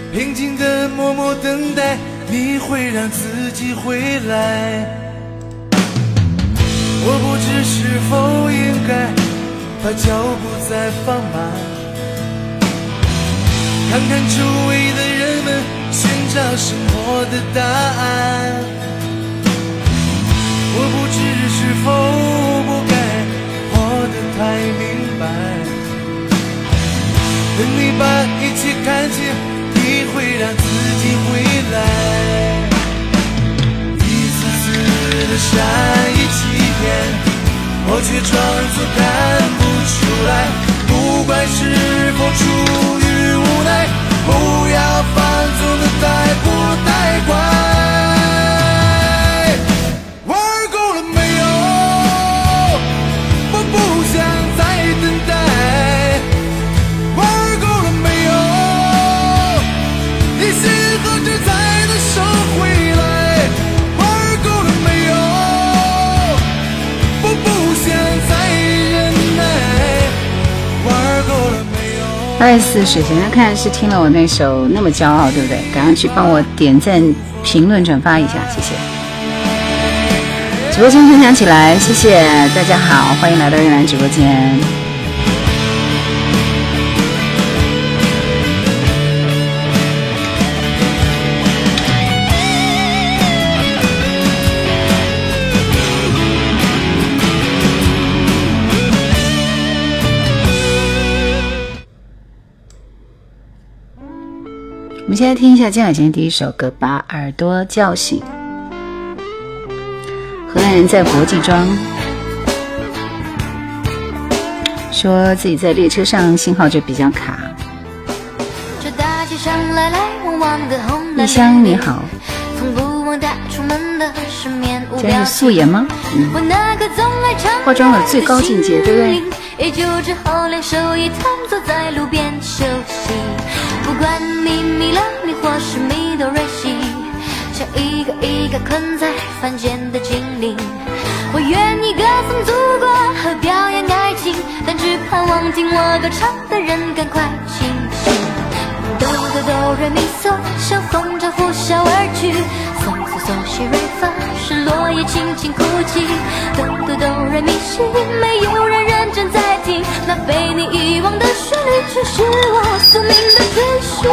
平静的默默等待，你会让自己回来。我不知是否应该把脚步再放慢，看看周围的人们寻找生活的答案。我不知是否不该活得太明白，等你把一切看清，你会让自己回来。一次次的善意欺骗，我却装作看不出来。不管是否出于无奈，不要放纵的太不太快。玩够了没有？我不想再等待。玩够了没有？一心何时才能收回来？玩够了没有？我不想再忍耐。玩够了没有 ？24水前的看是听了我那首《那么骄傲》，对不对？赶快去帮我点赞、评论、转发一下，谢谢。直播间分享起来，谢谢大家好，欢迎来到月兰直播间。我们现在听一下金海贤第一首歌《把耳朵叫醒》。荷兰人在国际庄说自己在列车上信号就比较卡。 这大街上来来往往的红异乡你好， 从不忘带出门的是面无这是素颜吗？ 我那个总爱唱化妆的最高境界，对不对？ 也就只好两手一摊坐在路边休息，不管你迷了迷或是迷都瑞西，像一个一个困在凡间的精灵。我愿意歌颂祖国和表演爱情，但只盼望听我歌唱的人赶快清醒。哆哆哆瑞咪嗦，像风筝呼啸而去，嗦嗦嗦西瑞发，是落叶轻轻哭泣。哆哆哆瑞咪西，没有人认真在听，那被你遗忘的旋律却是我宿命的追寻。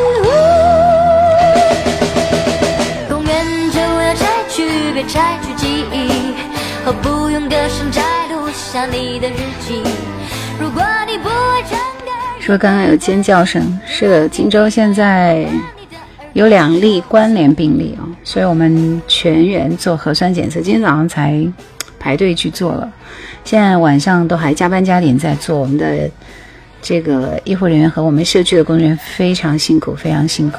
公园就要拆去，别拆去记忆，和不用歌声摘录下你的日记。如果你不会唱歌， 说刚刚有尖叫声，是的，荆州现在有2例关联病例哦，所以我们全员做核酸检测，今天早上才排队去做了，现在晚上都还加班加点在做。我们的这个医护人员和我们社区的工作人员非常辛苦，非常辛苦。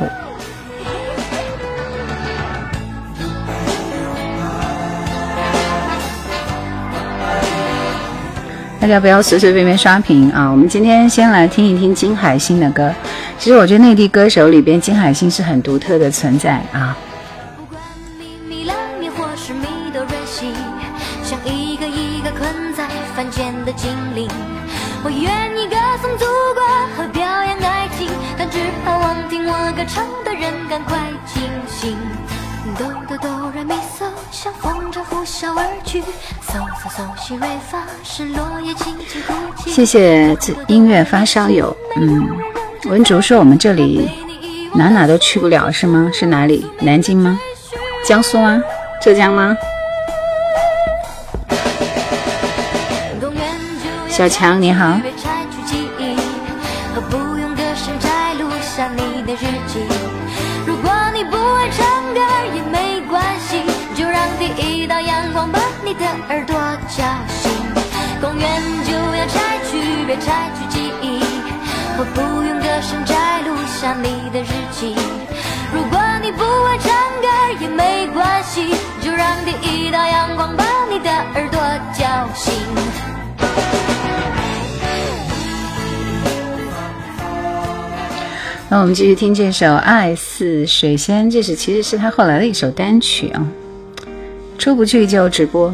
大家不要随随便便刷屏啊！我们今天先来听一听金海心的歌。其实我觉得内地歌手里边，金海心是很独特的存在啊。 不管你迷了迷或是迷都任性，像一个一个困在凡间的精灵。我愿意歌颂祖国和表演爱情，但只盼望听我歌唱的人赶快清醒。哆哆哆来咪嗦，像风筝呼啸而去，嗦嗦嗦西瑞发，是落叶轻轻哭泣。 谢谢音乐发烧友。文竹说我们这里哪哪都去不了是吗？是哪里？南京吗？江苏吗？浙江吗？小强你好。 不用歌声摘录下你的日记，如果你不会唱歌也没关系，就让第一道阳光把你的耳朵叫醒。公园就要拆去，别拆去记忆，我不用歌声摘录下你的日记，如果你不会唱歌也没关系，就让第一道阳光把你的耳朵叫醒。 那我们继续听这首《爱似水仙》，这其实是他后来的一首单曲啊，出不去就直播。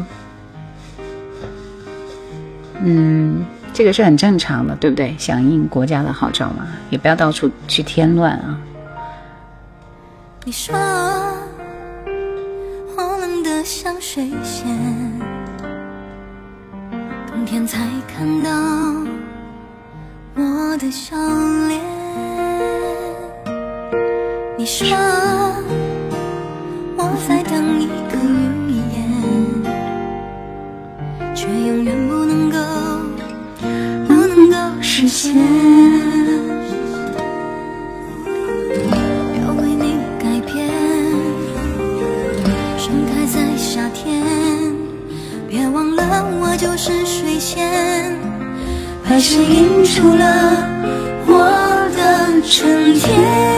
这个是很正常的，对不对？响应国家的号召嘛，也不要到处去添乱啊。 你说我冷得像水仙，冬天才看到我的笑脸。你说我在等一个语言，却永远不能够实现。要为你改变，盛开在夏天，别忘了我就是水仙，还是映出了我的春天。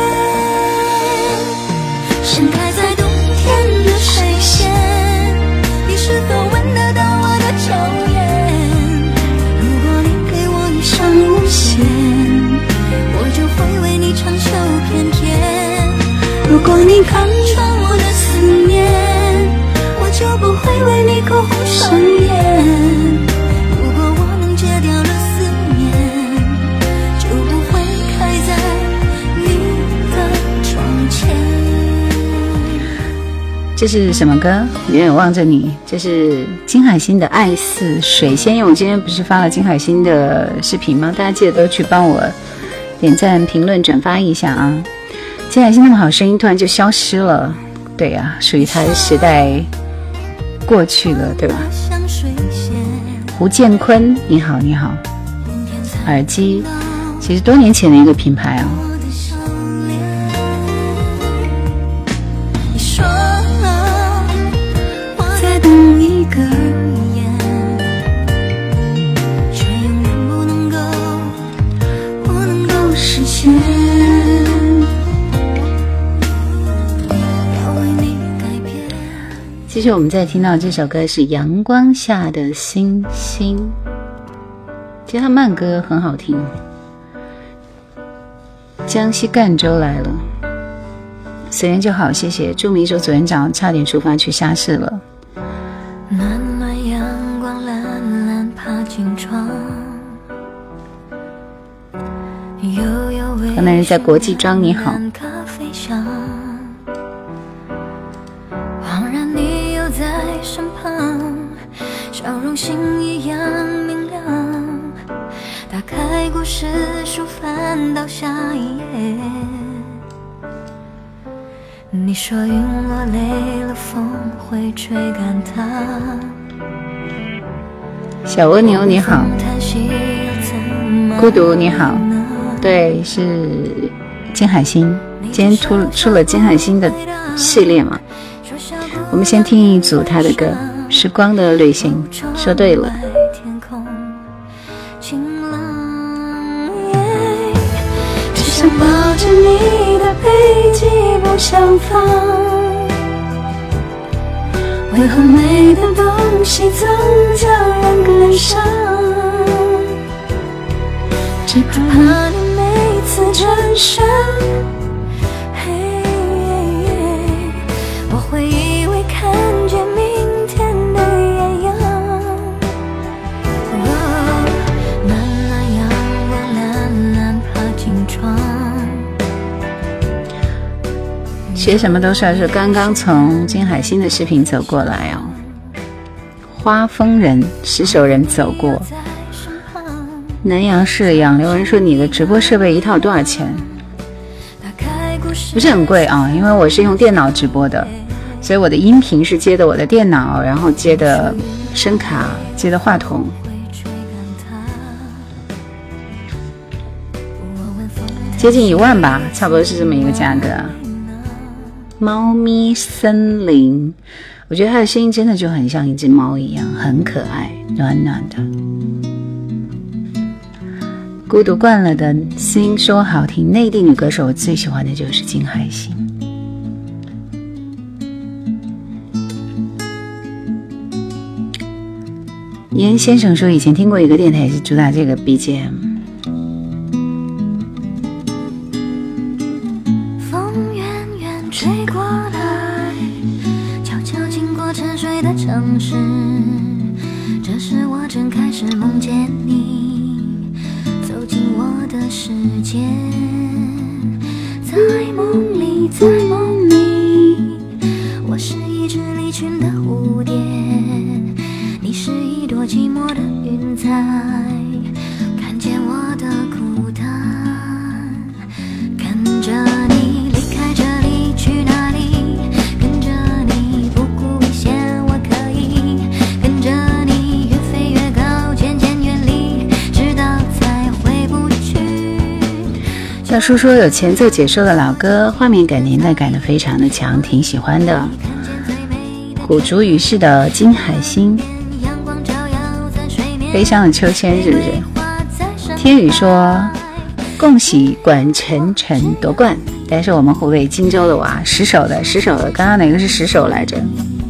盛开在冬天的水仙，你是否闻得到我的娇艳？如果你给我一双无限，我就会为你长袖翩翩。如果你看穿我的思念，我就不会为你口红上眼。如果我能戒掉了思念，就不会开在你的窗前。 这是什么歌？远远望着你。这是金海心的《爱似水仙》。因为我今天不是发了金海心的视频吗？大家记得都去帮我点赞、评论、转发一下啊！金海心那么好声音突然就消失了，对呀、属于他的时代过去了，对吧？胡建坤，你好，你好。耳机其实多年前的一个品牌啊。 等一个语言，却永远不能够实现。要为你改变。 其实我们在听到这首歌是《阳光下的星星》，其实它慢歌很好听。江西赣州来了，随缘就好，谢谢。祝明说昨天早上差点出发去沙市了。 暖暖阳光懒懒爬进窗，悠悠微河南人在国际庄，你好。 咖啡香，恍然你又在身旁，笑容星一样明亮。打开故事书，翻到下一页。你说云落累了，风会吹干它。 小蜗牛你好，孤独你好，对，是金海心，今天出了金海心的系列嘛。我们先听一组他的歌，《时光的旅行》，说对了。 只想抱着你的背脊不相放，为何美的东西总叫人感伤？只怕你每次转身，我会以为看见明天的艳阳。暖暖阳光懒懒爬进窗。 学什么都帅，是刚刚从金海心的视频走过来哦。花风人石首人走过。南阳市养流人说你的直播设备一套多少钱？不是很贵啊，因为我是用电脑直播的，所以我的音频是接的我的电脑，然后接的声卡，接的话筒。接近1万吧，差不多是这么一个价格。猫咪森林，我觉得它的声音真的就很像一只猫一样，很可爱，暖暖的。孤独惯了的心说好听，内地女歌手我最喜欢的就是金海心。严先生说以前听过一个电台也是主打这个 BGM。 吹过来，悄悄经过沉睡的城市，这时我正开始梦见你走进我的世界，在梦里，在梦里在看见我的孤单，跟着你离开这里去哪里，跟着你不顾危险我可以跟着你越飞越高，渐渐远离，直到再回不去。 要说说有前奏解说的老歌，画面感年代感的非常的强，挺喜欢的。古竹雨式的金海心，悲伤的秋千是不是？天宇说恭喜管晨晨夺冠，但是我们湖北荆州的娃10手的，刚刚哪个是10手来着？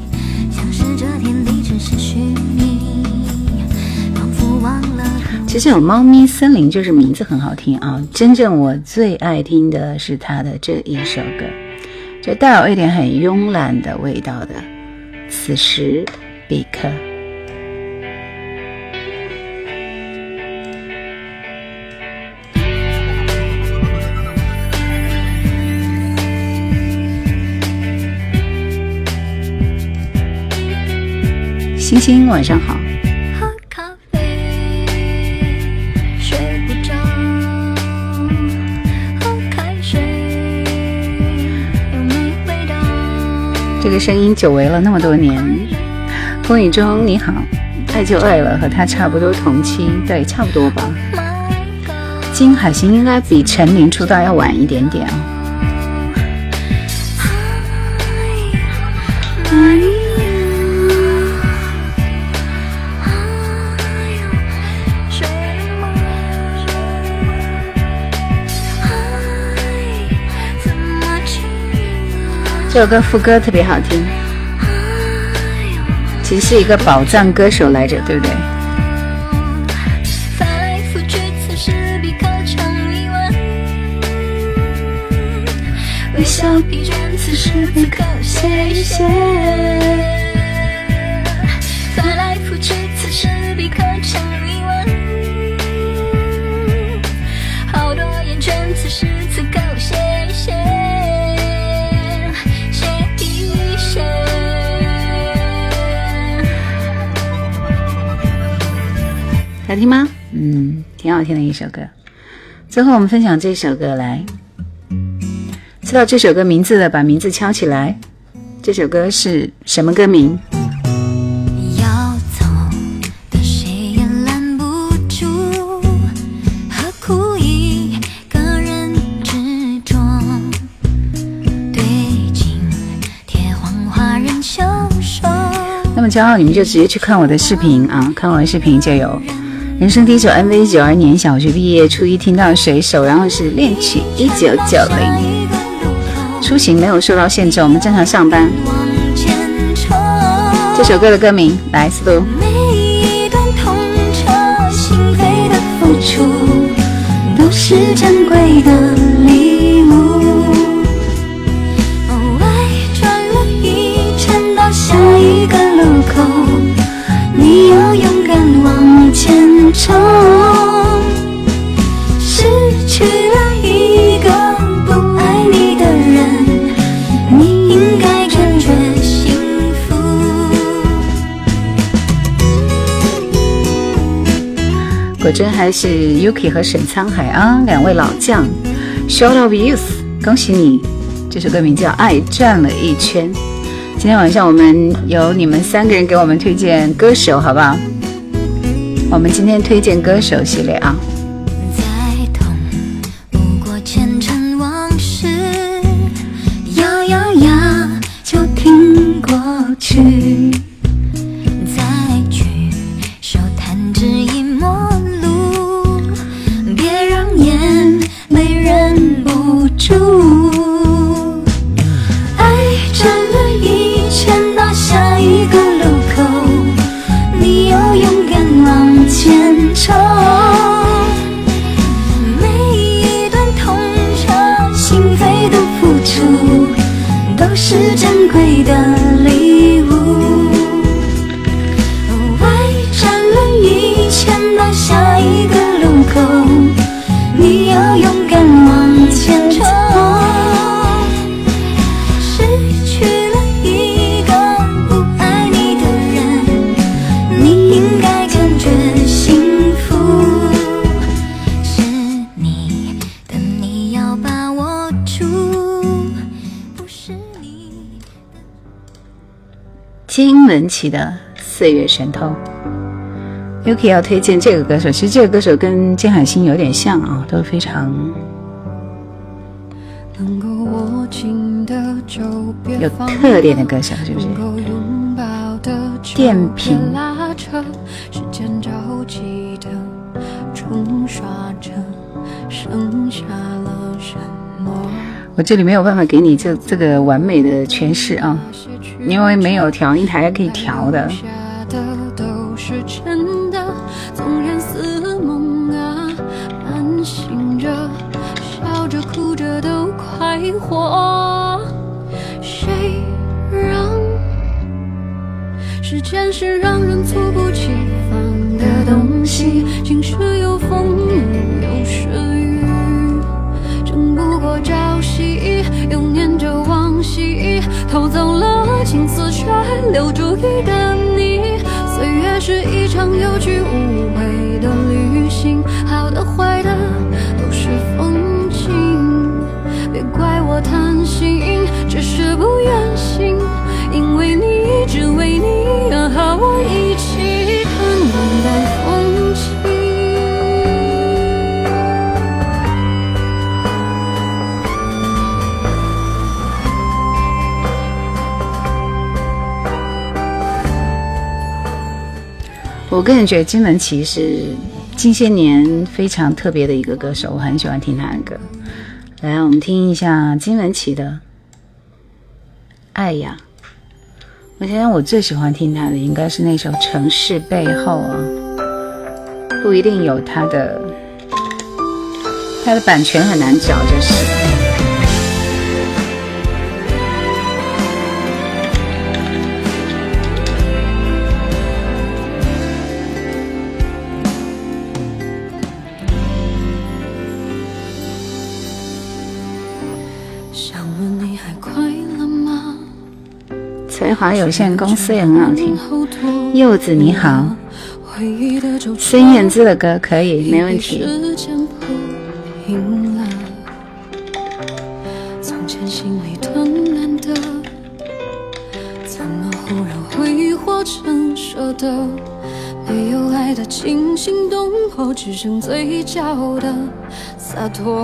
其实有猫咪森林就是名字很好听啊，真正我最爱听的是他的这一首歌，就带有一点很慵懒的味道的此时彼刻。星星晚上好。 喝咖啡睡不着，喝开水又没味道。 这个声音久违了那么多年。风雨中你好，爱就爱了，和他差不多同期，对，差不多吧。金海心应该比陈琳出道要晚一点点啊。这首歌副歌特别好听，其实是一个宝藏歌手来着，对不对？ 翻来覆去，此时彼刻成疑问，微笑疲倦，此时此刻写一写。翻来覆去，此时彼刻成疑问，好多厌倦，此时此刻写一写。 好听吗？挺好听的一首歌。最后我们分享这首歌来，知道这首歌名字的把名字敲起来。这首歌是什么歌名？ 要走的谁也拦不住，何苦一个人执着，对镜贴黄花人消瘦。 那么骄傲，你们就直接去看我的视频啊，看我的视频就有人生第一首 MV，92年小学毕业，初一听到水手，然后是恋曲1990。出行没有受到限制，我们正常上班。这首歌的歌名来思路。 每一段痛彻心扉的付出，都是珍贵的礼物。爱转了一圈，到下一个路口，你要勇敢往前冲。失去了一个不爱你的人，你应该感觉幸福。 果真还是 Yuki 和沈沧海啊，两位老将。Short of Youth， 恭喜你！这首歌名叫《爱转了一圈》。今天晚上我们有你们3个人给我们推荐歌手，好不好？我们今天推荐歌手系列啊。 再痛不过前尘往事，咬咬牙就挺过去。再举手弹指一陌路，别让眼泪忍不住。爱转了一圈，到下一个路口，你要勇敢往前冲。每一段痛彻心扉的付出，都是珍贵的礼物。爱转了一圈，到下一个路口，你要勇敢往前冲。失去了一个不爱你的人，你应该感觉幸金玟岐的《岁月神偷》。Yuki 要推荐这个歌手，其实这个歌手跟金海心有点像啊，都非常有特点的歌手，是不是？电瓶我这里没有办法给你这个完美的诠释啊，因为没有调音台可以调的。 是真的，纵然似梦啊，半醒着，笑着哭着都快活。谁让时间是让人猝不及防的东西，晴时有风有时雨，争不过朝夕，又念着往昔，偷走了青丝却留住一个你。岁月是一场有去无回的旅行，好的坏的都是风景，别怪我贪心，只是不愿醒，因为你只为你而和我一起看等待风景。 我个人觉得金玟岐是近些年非常特别的一个歌手，我很喜欢听他的歌。来，我们听一下金玟岐的《爱呀》。我想想，我最喜欢听他的应该是那首《城市背后》啊，不一定有他的版权很难找，就是。才华有限公司也很好听。柚子你好，孙燕姿的歌可以，没问题。从前心里吞难的，怎么忽然挥霍成舍得？没有爱的惊心动魄，只剩嘴角的洒脱。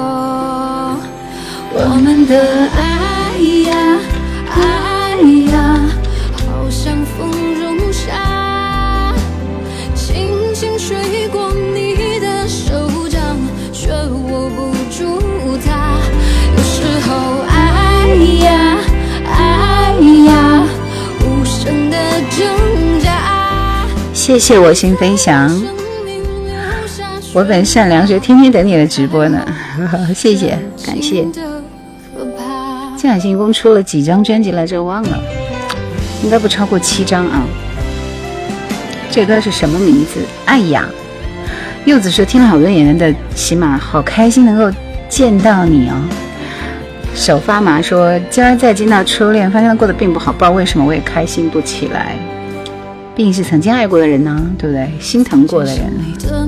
我们的爱呀爱呀，好像风中沙，轻轻吹过你的手掌，却握不住它。有时候爱呀爱呀，无声的挣扎。谢谢我心飞翔，我本善良，是天天等你的直播呢。谢谢，感谢。金海心一共出了几张专辑来着？忘了，应该不超过7张啊。这歌是什么名字？哎呀，柚子说听了好多演员的喜马，好开心能够见到你哦。手发麻说今儿再见到初恋，发现他过得并不好，不知道为什么我也开心不起来。毕竟是曾经爱过的人呢，对不对？心疼过的人。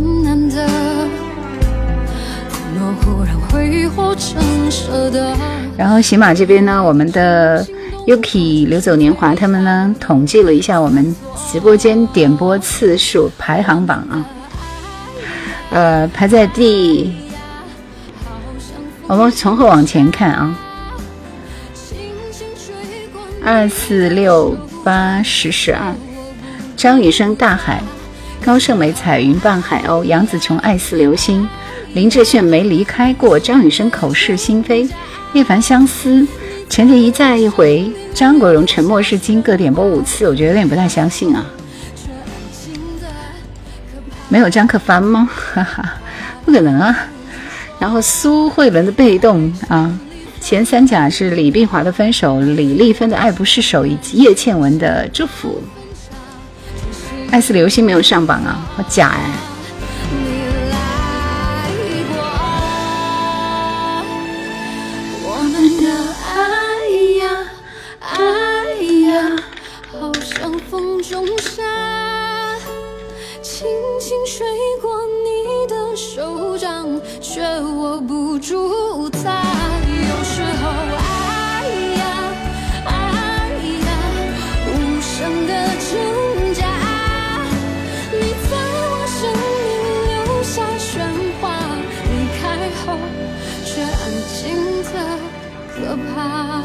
然后喜马这边呢，我们的 Yuki 流走年华他们呢统计了一下我们直播间点播次数排行榜啊，排在我们从后往前看啊，2、4、6、8、10、12，张雨生大海，高胜美彩云伴海鸥，杨紫琼爱似流星，林志炫没离开过，张雨生口是心非，叶凡相思，陈洁仪再一回，张国荣沉默是金，各点播5次，我觉得有点不太相信啊。没有张克帆吗？哈哈，不可能啊。然后苏慧伦的被动啊，前3甲是李碧华的分手，李丽芬的爱不释手，以及叶倩文的祝福。爱似流星没有上榜啊，好假哎。 好像风中沙，轻轻吹过你的手掌，却握不住它。有时候爱呀爱呀，无声怕。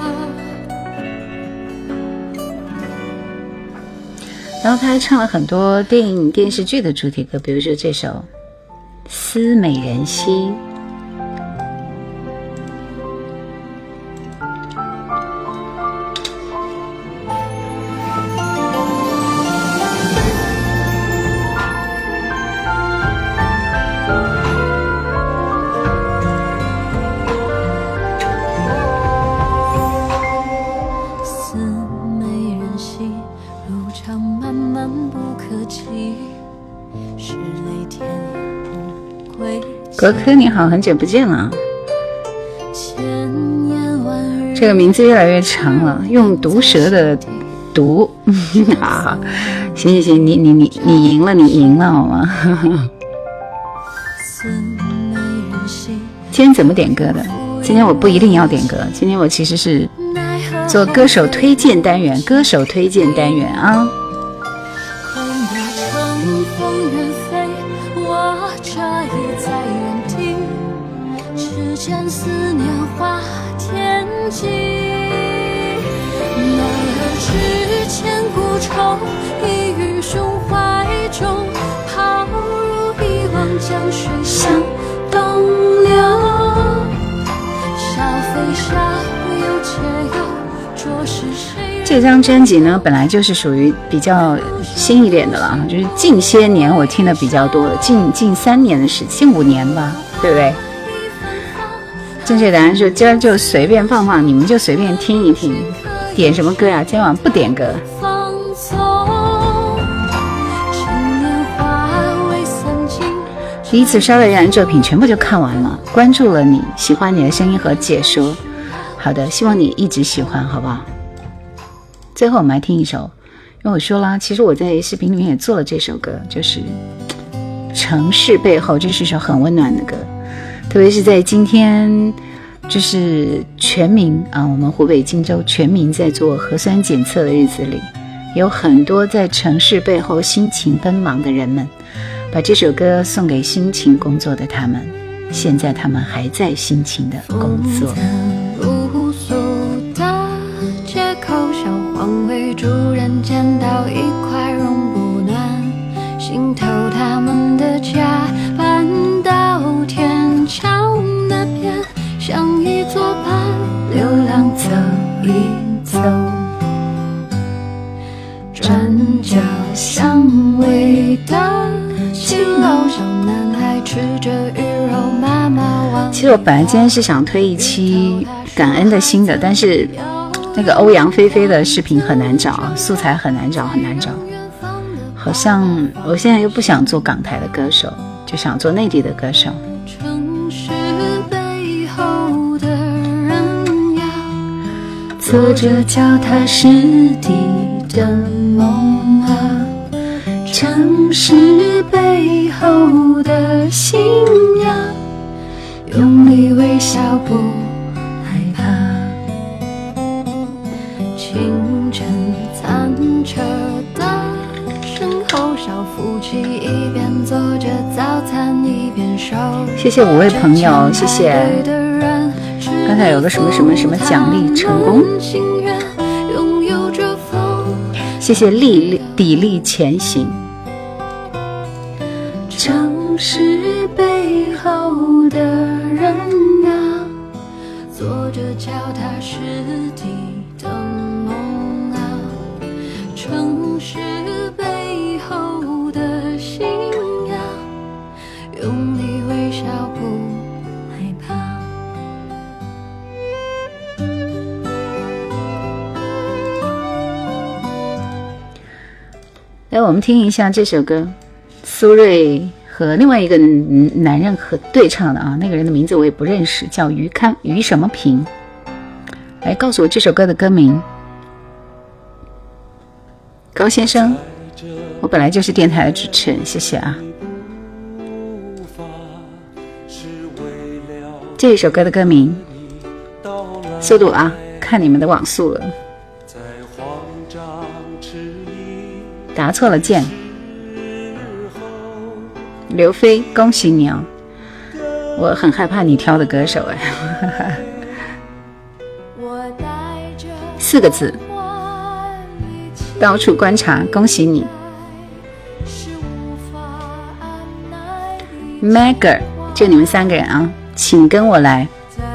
然后他还唱了很多电影电视剧的主题歌，比如说这首《思美人兮》。格科你好，很久不见了，这个名字越来越长了，用毒舌的毒好，行行行，你赢了，你赢了好吗？今天怎么点歌的？今天我不一定要点歌，今天我其实是做歌手推荐单元，歌手推荐单元啊。思念化天际，男儿之千古愁，一于胸怀中，抛入一汪江水向东流。笑非笑，有且有，着实谁。这张专辑呢，本来就是属于比较新一点的了，就是近些年我听的比较多的，近3年的时间，近5年吧，对不对？正确答案说今儿就随便放放，你们就随便听一听。点什么歌呀？今天晚上不点歌。第一次刷的人作品全部就看完了，关注了你，喜欢你的声音和解说。好的，希望你一直喜欢，好不好？最后我们来听一首，因为我说了，其实我在视频里面也做了这首歌，就是《城市背后》，这是一首很温暖的歌。特别是在今天就是全民我们湖北荆州全民在做核酸检测的日子里，有很多在城市背后辛勤奔忙的人们，把这首歌送给辛勤工作的他们，现在他们还在辛勤的工作。 露宿的街口，小黄灰主人捡到一块绒布暖，心头他们的家搬到天桥那边，像一座伴流浪走一走，转角相偎的骑楼，小男孩吃着鱼肉，妈妈望。 其实我本来今天是想推一期感恩的新的，但是那个欧阳菲菲的视频很难找，素材很难找，好像我现在又不想做港台的歌手，就想做内地的歌手。 城市背后的人呀， 做着脚踏实地的梦啊，城市背后的信仰，用力微笑不害怕。 清晨餐车的身后，小夫妻一边做着早餐一边收。 谢谢5位朋友，谢谢。刚才有个什么奖励成功，谢谢砥砺前行。城市背后的人啊，做着脚踏实地的梦啊，城市背后的信仰，用力微笑不害怕。来，我们听一下这首歌，苏芮和另外一个男人和对唱的啊，那个人的名字我也不认识，叫于什么平。来告诉我这首歌的歌名。高先生，我本来就是电台的主持人，谢谢啊。这一首歌的歌名，速度啊，看你们的网速了。答错了键。刘飞，恭喜你啊！我很害怕你挑的歌手哎。 4个字，到处观察，恭喜你。Magger， 就你们3个人啊，请跟我来。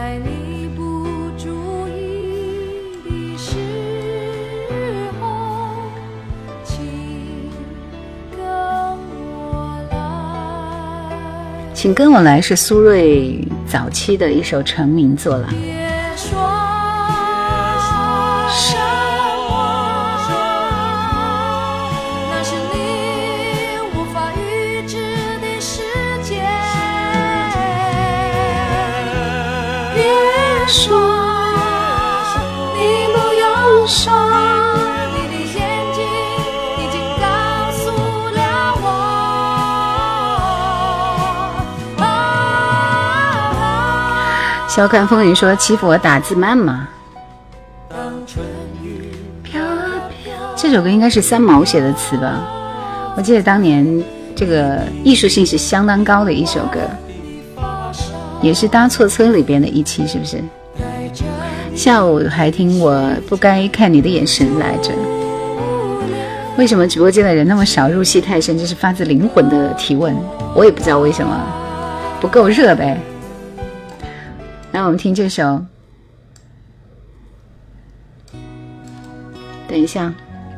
请跟我来是苏芮早期的一首成名作了。小看风雨说欺负我打字慢吗？这首歌应该是三毛写的词吧，我记得当年这个艺术性是相当高的一首歌，也是搭错车里边的一期，是不是？下午还听我不该看你的眼神来着。为什么直播间的人那么少，入戏太深？这是发自灵魂的提问，我也不知道为什么，不够热呗。来，我们听这首。等一下，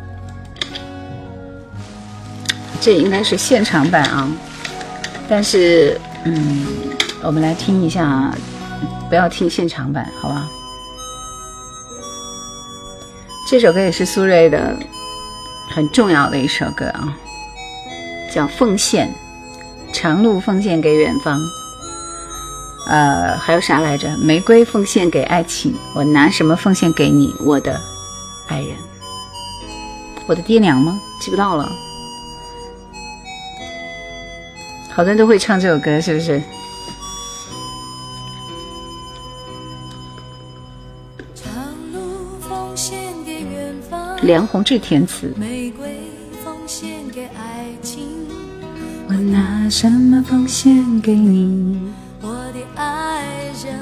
这应该是现场版啊，但是我们来听一下，不要听现场版，好吧？这首歌也是苏芮的很重要的一首歌啊，叫《奉献》，长路奉献给远方。还有啥来着？玫瑰奉献给爱情，我拿什么奉献给你，我的爱人？我的爹娘吗？记不到了。好多人都会唱这首歌，是不是？梁鸿志填词。玫瑰奉献给爱情，我拿什么奉献给你，我的爱人？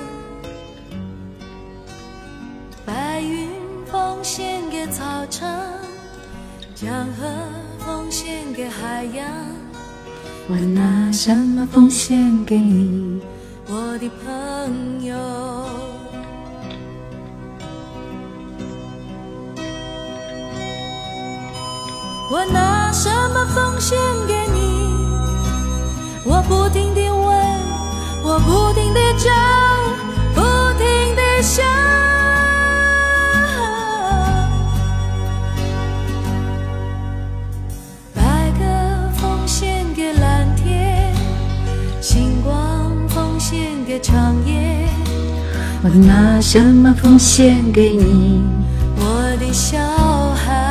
白云奉献给草场，江河奉献给海洋，我拿什么奉献给你，我的朋友？我拿什么奉献给你？我不停地问，我不停地找，不停地想。白鸽奉献给蓝天，星光奉献给长夜。我拿什么奉献给你，我的小孩？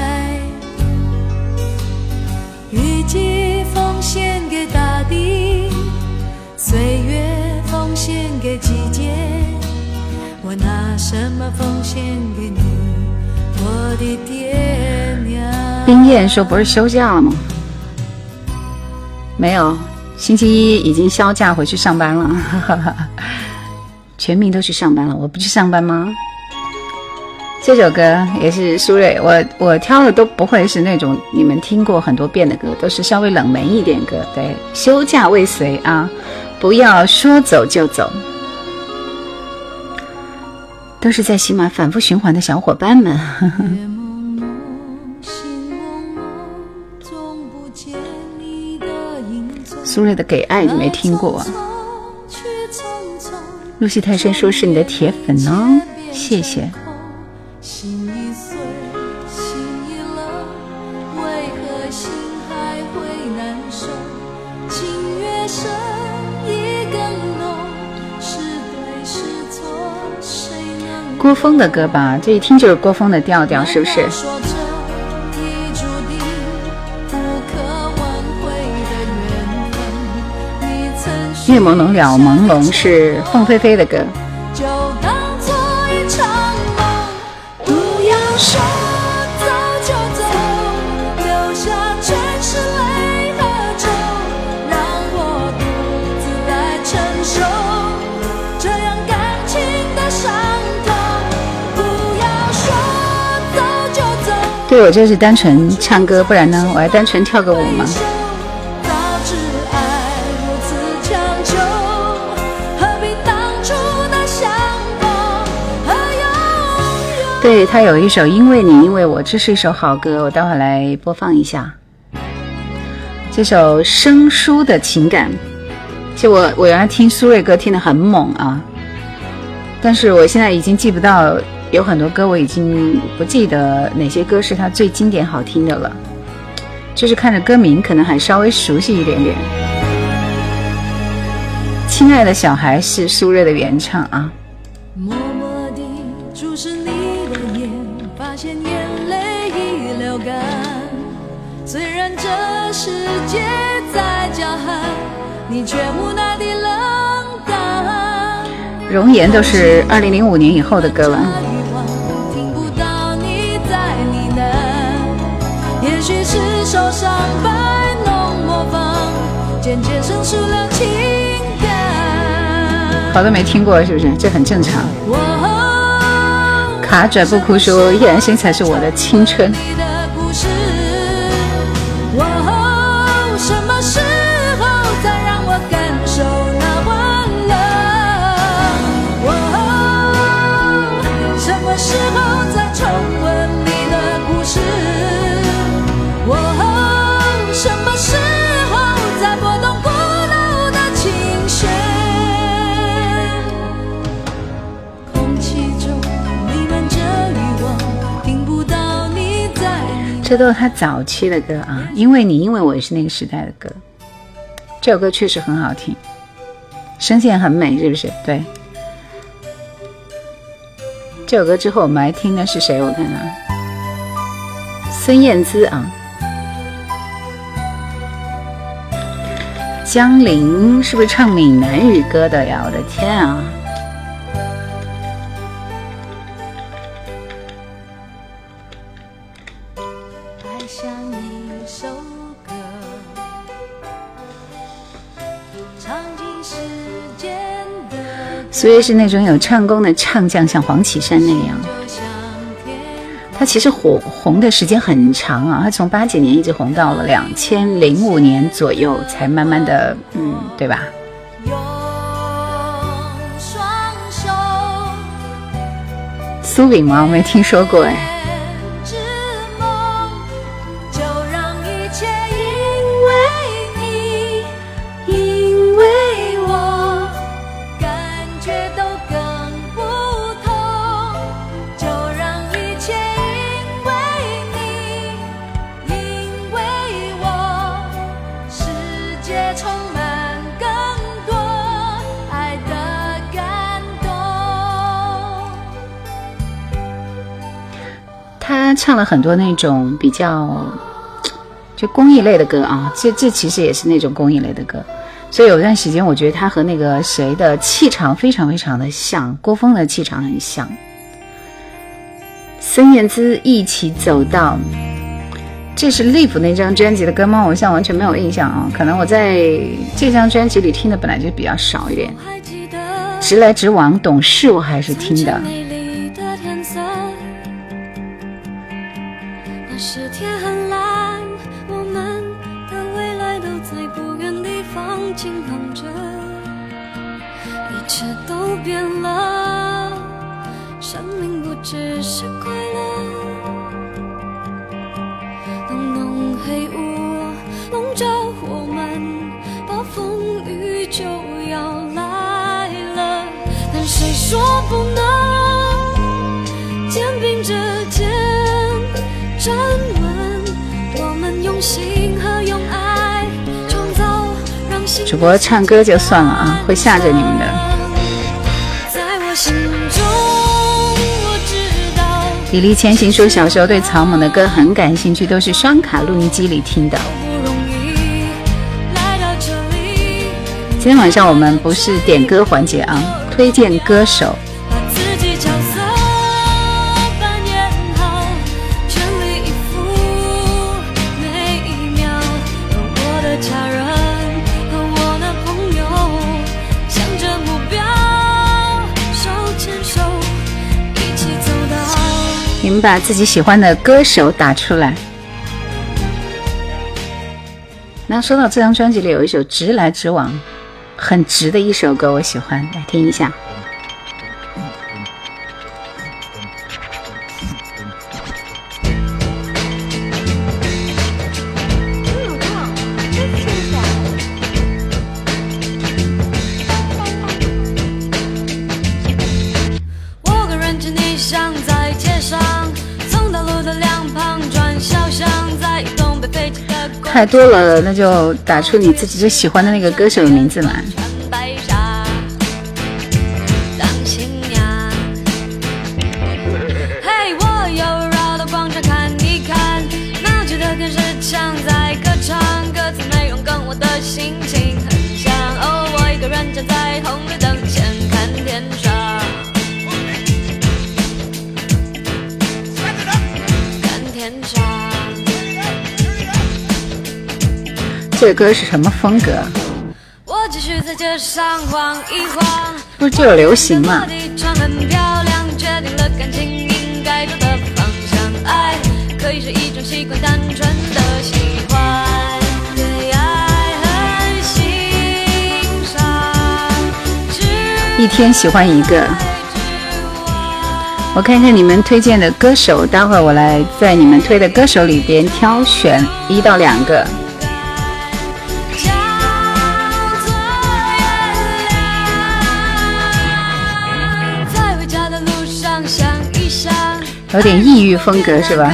雨季奉献给大地，岁月奉献给季节，我拿什么奉献给你，我的爹娘？冰燕说不是休假了吗？没有，星期一已经销假回去上班了。全民都去上班了，我不去上班吗？这首歌也是苏芮，我挑的都不会是那种你们听过很多遍的歌，都是稍微冷门一点歌。对，休假未遂啊，不要说走就走，都是在喜马反复循环的小伙伴们。苏芮的《给爱》你没听过啊？入戏太深说是你的铁粉哦，谢谢。心已碎，心已冷，为何心还会难受？情越深意更浓，是对是错，谁能？郭峰的歌吧，这一听就是郭峰的调调，是不是？月朦胧了朦胧是凤飞飞的歌。就当作一场梦，不要说走就走，留下全是泪和愁，让我独自来承受这样感情的伤痛。不要对，我就是单纯唱歌，不然呢我还单纯跳个舞吗？对，他有一首《因为你因为我》，这是一首好歌，我待会儿来播放一下。这首生疏的情感，其实我原来听苏芮歌听得很猛啊，但是我现在已经记不到，有很多歌我已经不记得哪些歌是他最经典好听的了，就是看着歌名可能还稍微熟悉一点点。亲爱的小孩是苏芮的原唱啊。 默默地注视你的眼，发现眼泪已流干，虽然这世界在叫喊，你却无奈地冷淡。 容颜都是2005年以后的歌了。 听不到你在呢喃，也许是受伤摆弄模仿，渐渐生疏了情感。 好多没听过是不是？这很正常。卡拽不哭说依然身材是我的青春。 什么时候才让我感受那温冷？什么时候再重温你的故事？什么时候再拨动古老的琴弦？空气中弥漫着欲望，听不到你在。 这都是他早期的歌啊，因为你因为我也是那个时代的歌。这首歌确实很好听，声线很美，是不是？对。这首歌之后我们来听的是谁？我看看，孙燕姿啊。江玲是不是唱闽南语歌的呀？我的天啊！苏芮是那种有唱功的唱将，像黄绮珊那样。他其实红的时间很长啊，他从80几年一直红到了2005年左右，才慢慢的，对吧？苏炳吗？我没听说过哎。他唱了很多那种比较就公益类的歌啊，这其实也是那种公益类的歌，所以有段时间我觉得他和那个谁的气场非常非常的像，郭峰的气场很像。孙燕姿一起走到，这是 Live 那张专辑的歌吗？我现在完全没有印象啊，可能我在这张专辑里听的本来就比较少一点。直来直往懂事我还是听的。 是天很蓝，我们的未来都在不远地方静等着，一切都变了，生命不只是快乐。浓浓黑雾笼罩我们，暴风雨就要来了，但谁说不能肩并着肩站稳，我们用心和用爱创造，让主播唱歌就算了啊，会吓着你们的。 在我心中我知道， 李丽千行说小时候对草蜢的歌很感兴趣，都是双卡录音机里听的。今天晚上我们不是点歌环节啊，推荐歌手。 你们把自己喜欢的歌手打出来。那说到这张专辑里有一首《直来直往》，很直的一首歌，我喜欢，来听一下。太多了，那就打出你自己最喜欢的那个歌手的名字嘛。这个歌是什么风格？不是就有流行吗？一天喜欢一个。我看看你们推荐的歌手，待会儿我来在你们推的歌手里边挑选1到2个。有点异域风格是吧？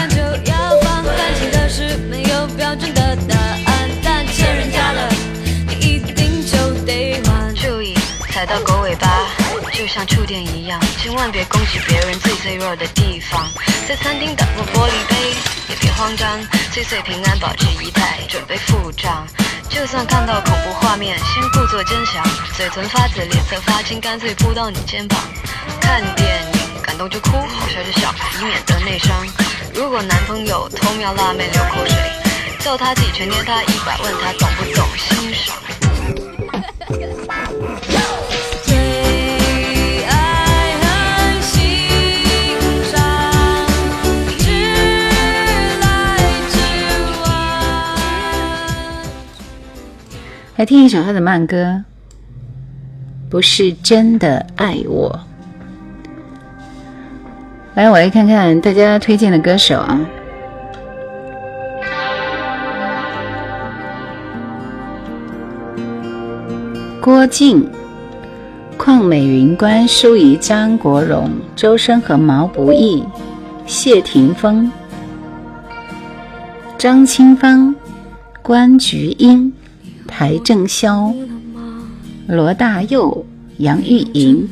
注意踩到狗尾巴，就像触电一样，千万别攻击别人最弱的地方。在餐厅打破玻璃杯，也别慌张，岁岁平安，保持仪态，准备付账。就算看到恐怖画面，先故作坚强，嘴唇发紫，脸色发青，干脆扑到你肩膀。看电影感动就哭，好笑就笑，以免得内伤。如果男朋友偷瞄辣妹流口水，叫他几拳捏他100，问他懂不懂欣赏。最爱和欣赏，直来直往。 来听一首他的慢歌，不是真的爱我。来，我来看看大家推荐的歌手啊。郭靖、邝美云、关淑怡、张国荣、周深和毛不易、谢霆锋、张清芳、关菊英、邰正宵、罗大佑、杨钰莹、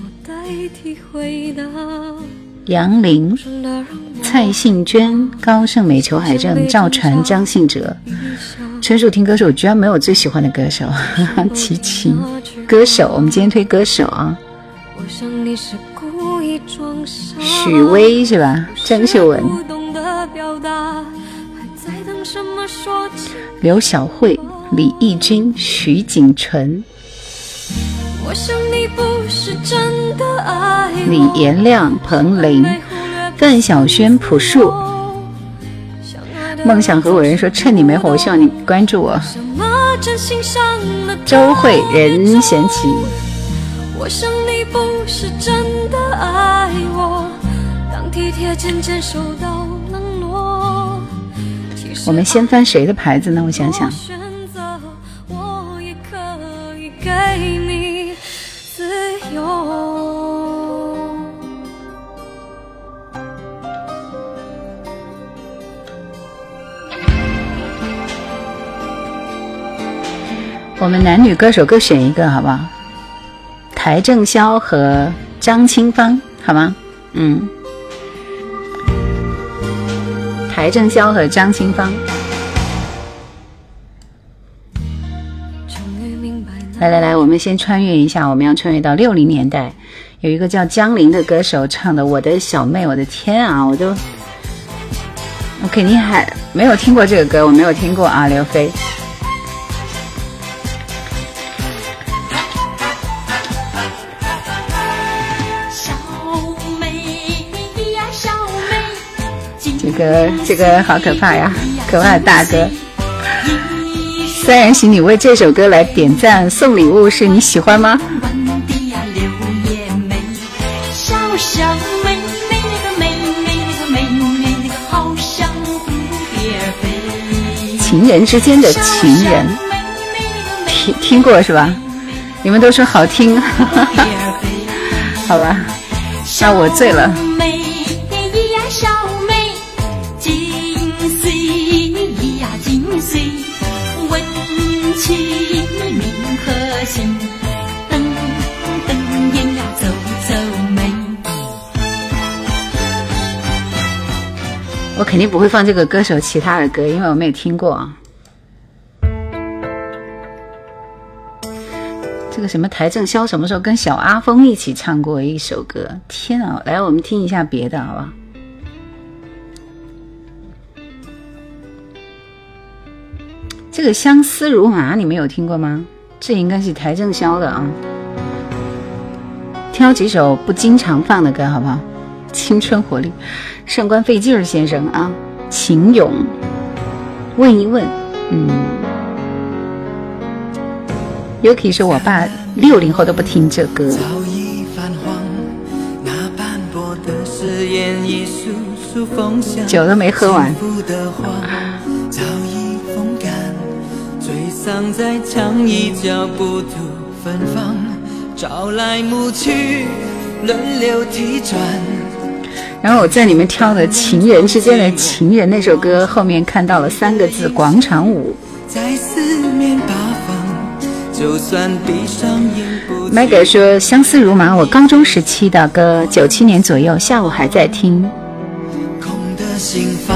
杨林、蔡幸娟、高胜美、裘海正、赵传、张信哲。纯属听歌手，我居然没有最喜欢的歌手，琪琪。歌手，我们今天推歌手啊。许巍是吧？郑秀文、刘晓慧、李翊君、徐锦纯、李延亮、彭羚、范晓萱、朴树。梦想合伙人说趁你没火，我希望你关注我。周慧、任贤齐。我想你不是真的爱我，当体贴渐渐受到冷落。我们先翻谁的牌子呢？我想想。我也可以给你自由。我们男女歌手各选一个好不好？邰正宵和张清芳好吗？邰正宵和张清芳。来，我们先穿越一下，我们要穿越到60年代，有一个叫江玲的歌手唱的《我的小妹》，我的天啊，我肯定还没有听过这个歌，我没有听过啊，刘飞。 这个好可怕呀，可怕的大哥。三人行，你为这首歌来点赞送礼物，是你喜欢吗？情人之间的情人，听过是吧？你们都说好听，好吧，那我醉了。我肯定不会放这个歌手其他的歌，因为我没有听过。这个什么邰正宵什么时候跟小阿峰一起唱过一首歌？天啊！来，我们听一下别的，好吧？这个相思如麻你们有听过吗？这应该是邰正宵的啊。挑几首不经常放的歌好不好？青春活力，上官费劲儿先生啊，秦勇，问一问Yuki 说我爸60后都不听这歌。 早已泛黄，那斑驳的誓言已疏疏风香， 酒都没喝完。 早已风干，沮丧在墙一角不吐芬芳，朝来暮去轮流踢转。 然后我在你们挑的情人之间的情人那首歌后面看到了3个字广场舞。 在四面八方，就算闭上眼不 Maggie 说相思如麻，我高中时期的歌，97年左右，下午还在听。 空的心房，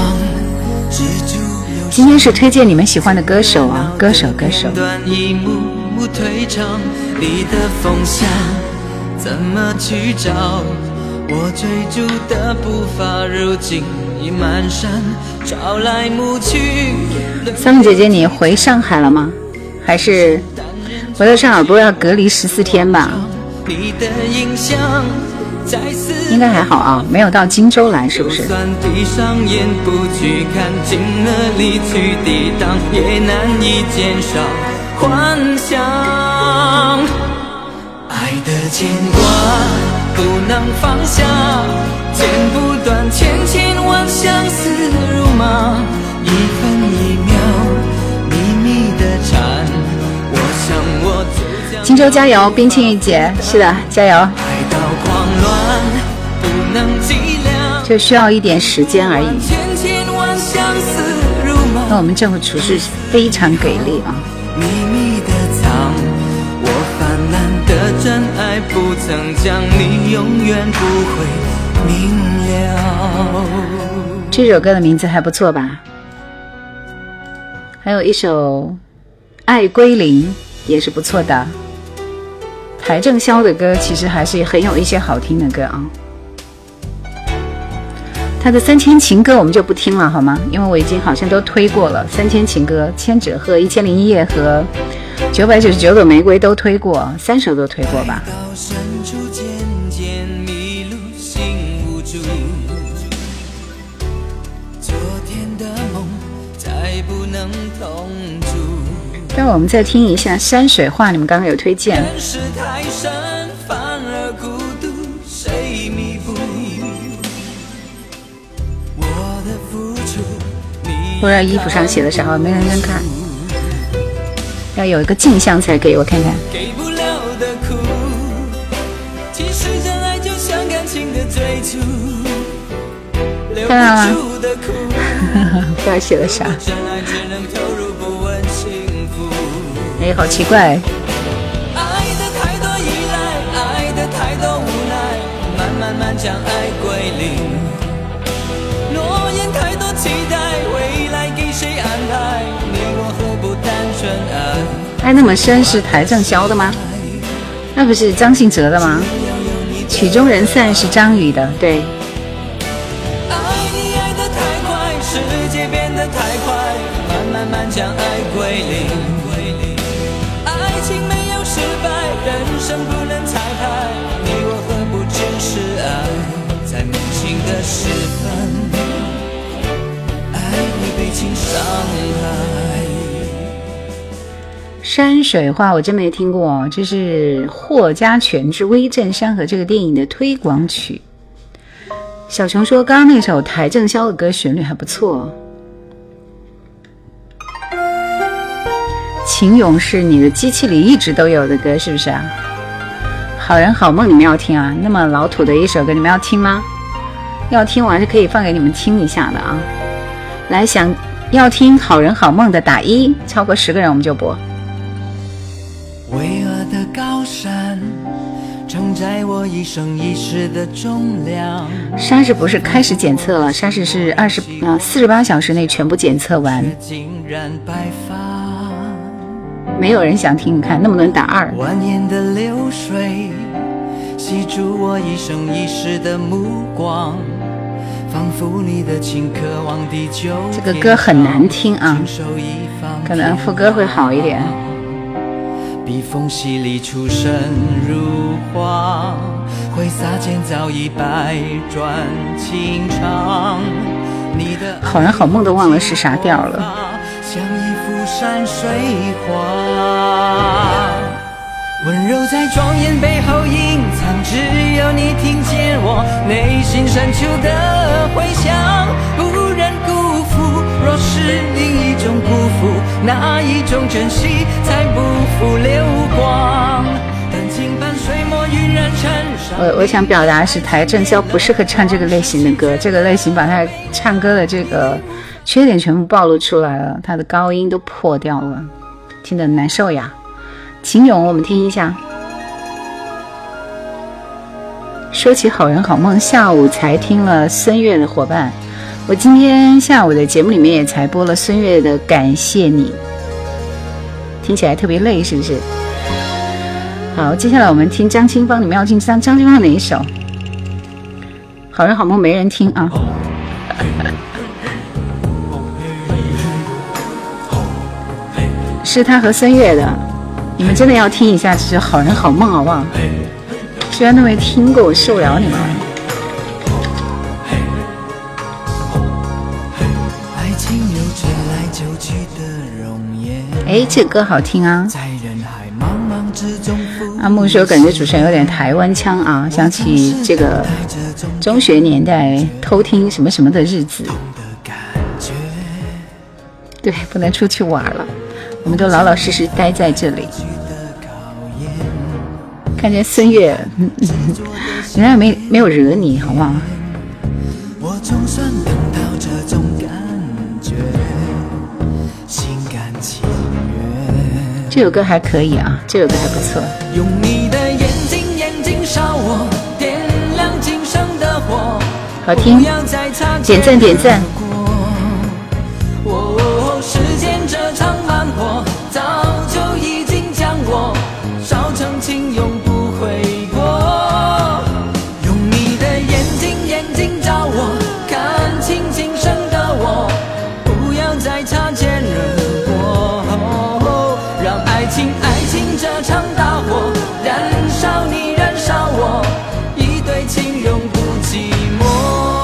今天是推荐你们喜欢的歌手啊，歌手。 一幕幕退场，你的风向怎么去找？我追逐的步伐如今已蹒跚，朝来暮去。 三木姐姐，你回上海了吗？还是回到上海不是要隔离14天吧？ 你的影像应该还好啊，没有到荆州来，是不是？ 就算闭上眼不去看，尽了力去抵挡，也难以减少幻想。爱的牵挂不能放下，剪不断千千万相思如麻，一分一秒秘密的缠，我想我就将荆州加油，冰清玉姐，是的，加油。 爱到狂乱不能计量， 就需要一点时间而已。 千千万相思如麻， 那我们政府处事非常给力啊。 秘密的藏，我泛滥的真爱不曾将你永远不会明了。 这首歌的名字还不错吧？还有一首爱归零也是不错的。邰正宵的歌其实还是很有一些好听的歌啊。他的3000情歌我们就不听了好吗？因为我已经好像都推过了，3000情歌、千纸鹤、1001夜和999朵玫瑰都推过，3首都推过吧。 到深处渐渐迷路，心无助，昨天的梦再不能同住。 待会我们再听一下山水画，你们刚刚有推荐。 人世太深，反而孤独，谁弥补？我的付出， 不知道衣服上写的啥，没认真看。要有一个镜像才给我看看。 给不了的苦，其实真爱就像感情的最初，留不住的苦， 不知道写的啥。 真爱只能投入不问幸福。 哎，好奇怪。 爱的太多依赖，爱的太多无奈，慢慢将爱归零。诺言太多期待，未来给谁安排？你我何不单纯爱？ 爱那么深是邰正宵的吗？那不是张信哲的吗？曲终人散是张宇的，对。 爱你爱得太快，世界变得太快，慢将爱归零。爱情没有失败，人生不能彩排，你我何不只是爱，在梦醒的时分。 情伤害。 山水画我真没听过，这是霍家泉之威震山河这个电影的推广曲。小琼说刚刚那首邰正宵的歌旋律还不错。秦勇是你的机器里一直都有的歌是不是啊？好人好梦你们要听啊？那么老土的一首歌你们要听吗？要听我还是可以放给你们听一下的啊。来，想要听好人好梦的打1，超过10个人我们就播。 巍峨的高山承载我一生一世的重量。 沙士不是开始检测了，沙士是48小时内全部检测完。 竟然白发， 没有人想听，你看那么多人打2。 蜿蜒的流水吸住我一生一世的目光，仿佛你的情渴望地久。 这个歌很难听啊，可能副歌会好一点。 笔锋犀利出神入化，挥洒间早已百转情长。你的好人好梦都忘了是啥调了， 像一幅山水画，温柔在庄严背后隐藏，只有你听见我内心深处的回响。不忍辜负，若是另一种辜负，那一种珍惜才不负流光。淡情伴水墨晕染成伤。 我想表达是邰正宵不适合唱这个类型的歌，这个类型把他唱歌的这个缺点全部暴露出来了，他的高音都破掉了，听得难受呀。秦勇我们听一下。说起好人好梦，下午才听了孙悦的伙伴，我今天下午的节目里面也才播了孙悦的感谢你，听起来特别累是不是？好，接下来我们听张清芳，你们要听张清芳哪一首？好人好梦没人听啊。是他和孙悦的，你们真的要听一下，这是好人好梦好不好？居然都没听过，我受不了你们。 爱情有着来就去的容颜。 哎，这歌好听啊！ 在人海茫茫之中， 阿木说感觉主持人有点台湾腔啊，想起这个中学年代偷听什么什么的日子。对，不能出去玩了，我们都老老实实待在这里。看见孙悦，人家没有惹你，好不好？ 我总算等到这种感觉，心甘情愿。 这首歌还可以啊，这首歌还不错。 用你的眼睛烧我，点亮今生的火。 好听，点赞点赞。 时间这场慢火，早就已经将我烧成情永不悔过。用你的眼睛照我，看清今生的我，不要再擦肩而过。让爱情这场大火，燃烧你燃烧我，一对情永不寂寞。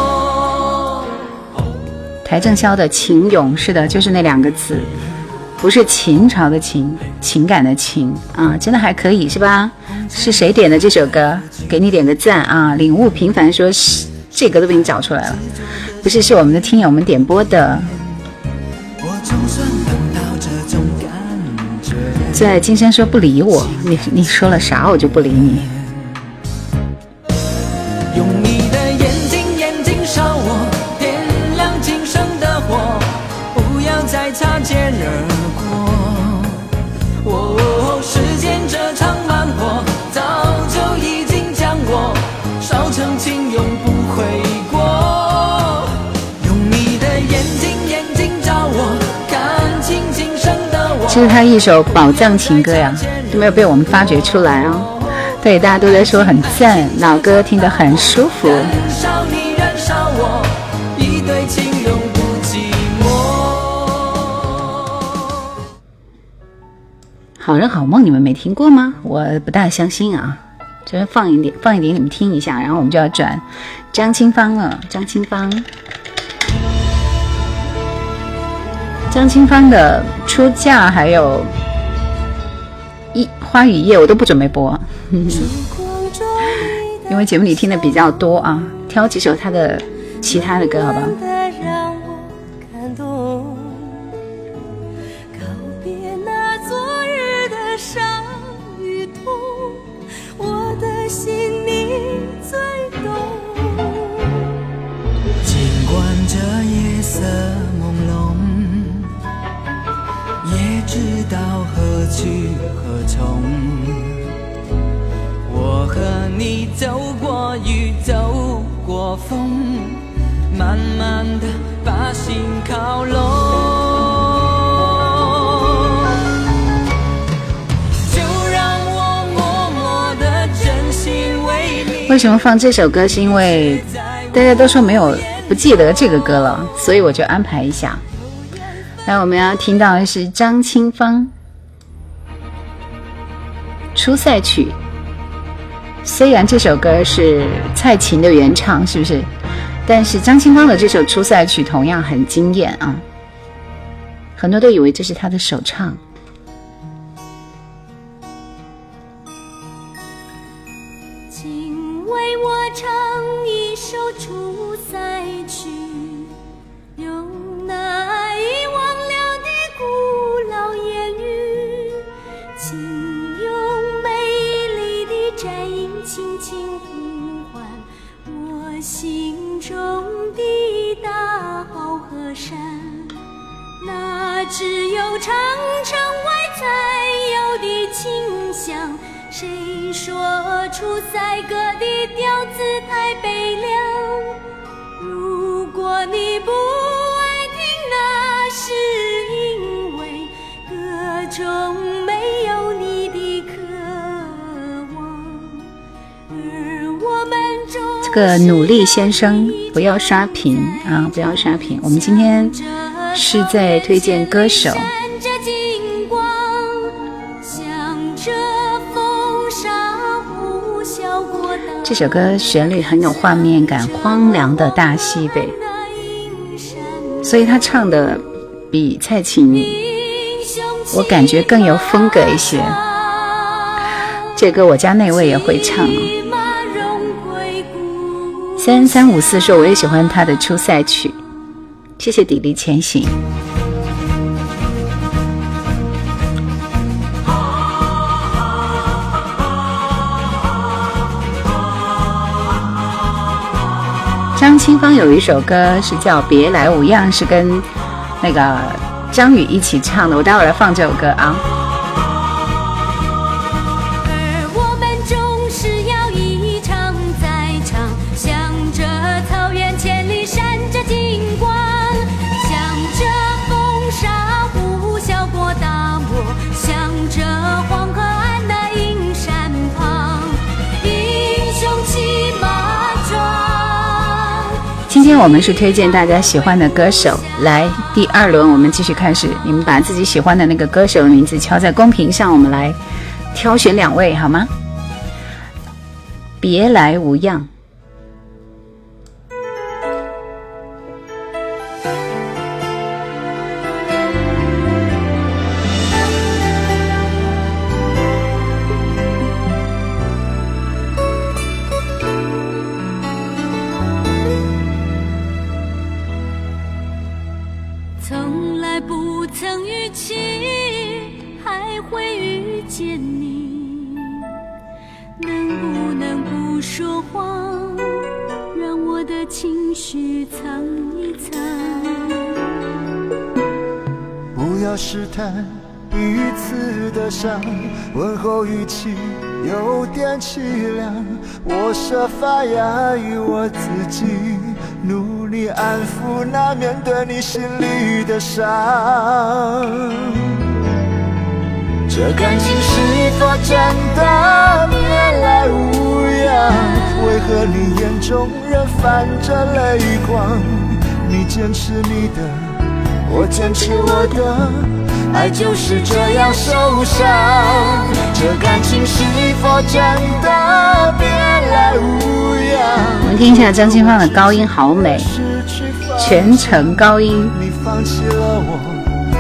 邰正宵的情咏，是的，就是那2个字，不是秦朝的秦，情感的情啊，真的还可以是吧？是谁点的这首歌？给你点个赞啊！领悟平凡说这歌都被你找出来了，不是，是我们的听友们点播的。 我总算等到这种感觉。 最爱金山说不理我，你说了啥我就不理你。 用你的眼睛烧我，点亮今生的火，不要再擦肩而过。时间这场慢火，早就已经将我烧成情永不悔过。用你的眼睛照我，看清今生的我。 这是他一首宝藏情歌呀，都没有被我们发掘出来啊。对，大家都在说很赞，老歌听得很舒服。 燃烧你燃烧我，一对情永不寂寞。 好人好梦你们没听过吗？我不大相信啊，这放一点你们听一下，然后我们就要转张清芳了。张清芳张清芳的出嫁还有花雨夜我都不准备播因为节目里听的比较多啊，挑几首他的其他的歌好吧。 知道何去何从，我和你走过雨，走过风，慢慢地把心靠拢。就让我默默地真心为你。 为什么放这首歌？是因为大家都说不记得这个歌了，所以我就安排一下。来，我们要听到的是张清芳出塞曲，虽然这首歌是蔡琴的原唱，是不是？但是张清芳的这首出塞曲同样很惊艳啊，很多都以为这是她的首唱。 请为我唱一首出塞曲，用那遗忘了的古老言语，请用美丽的颤音轻轻呼唤我心中的大好河山，那只有长城外才有的清香。谁说出塞歌的调子太悲凉？如果你不爱听，那是因为歌中没有你的渴望。而我们中这个努力先生不要刷屏啊，不要刷屏。我们今天是在推荐歌手。这首歌旋律很有画面感，荒凉的大西北，所以他唱的比蔡琴我感觉更有风格一些。这歌我家那位也会唱。3354说我也喜欢他的出塞曲，谢谢砥砺前行。张清芳有一首歌是叫《别来无恙》，是跟那个张宇一起唱的，我待会儿来放这首歌啊。 我们总是要一场再场，向着草原千里闪着金光，向着风沙呼啸过大漠，向着黄河岸那阴山旁，英雄骑马壮。 今天我们是推荐大家喜欢的歌手，来第二轮我们继续开始，你们把自己喜欢的那个歌手的名字敲在公屏上，我们来挑选2位好吗？别来无恙。 从来不曾预期还会遇见你，能不能不说谎，让我的情绪藏一藏。 不要试探彼此的伤，问候语气有点凄凉，我设法压抑我自己，努力安抚那面对你心里的伤。这感情是否真的别来无恙？为何你眼中仍泛着泪光？你坚持你的，我坚持我的，爱就是这样受伤。这感情是否真的别来无恙？ 我们听一下张清芳的高音好美，全程高音。 你放弃了我，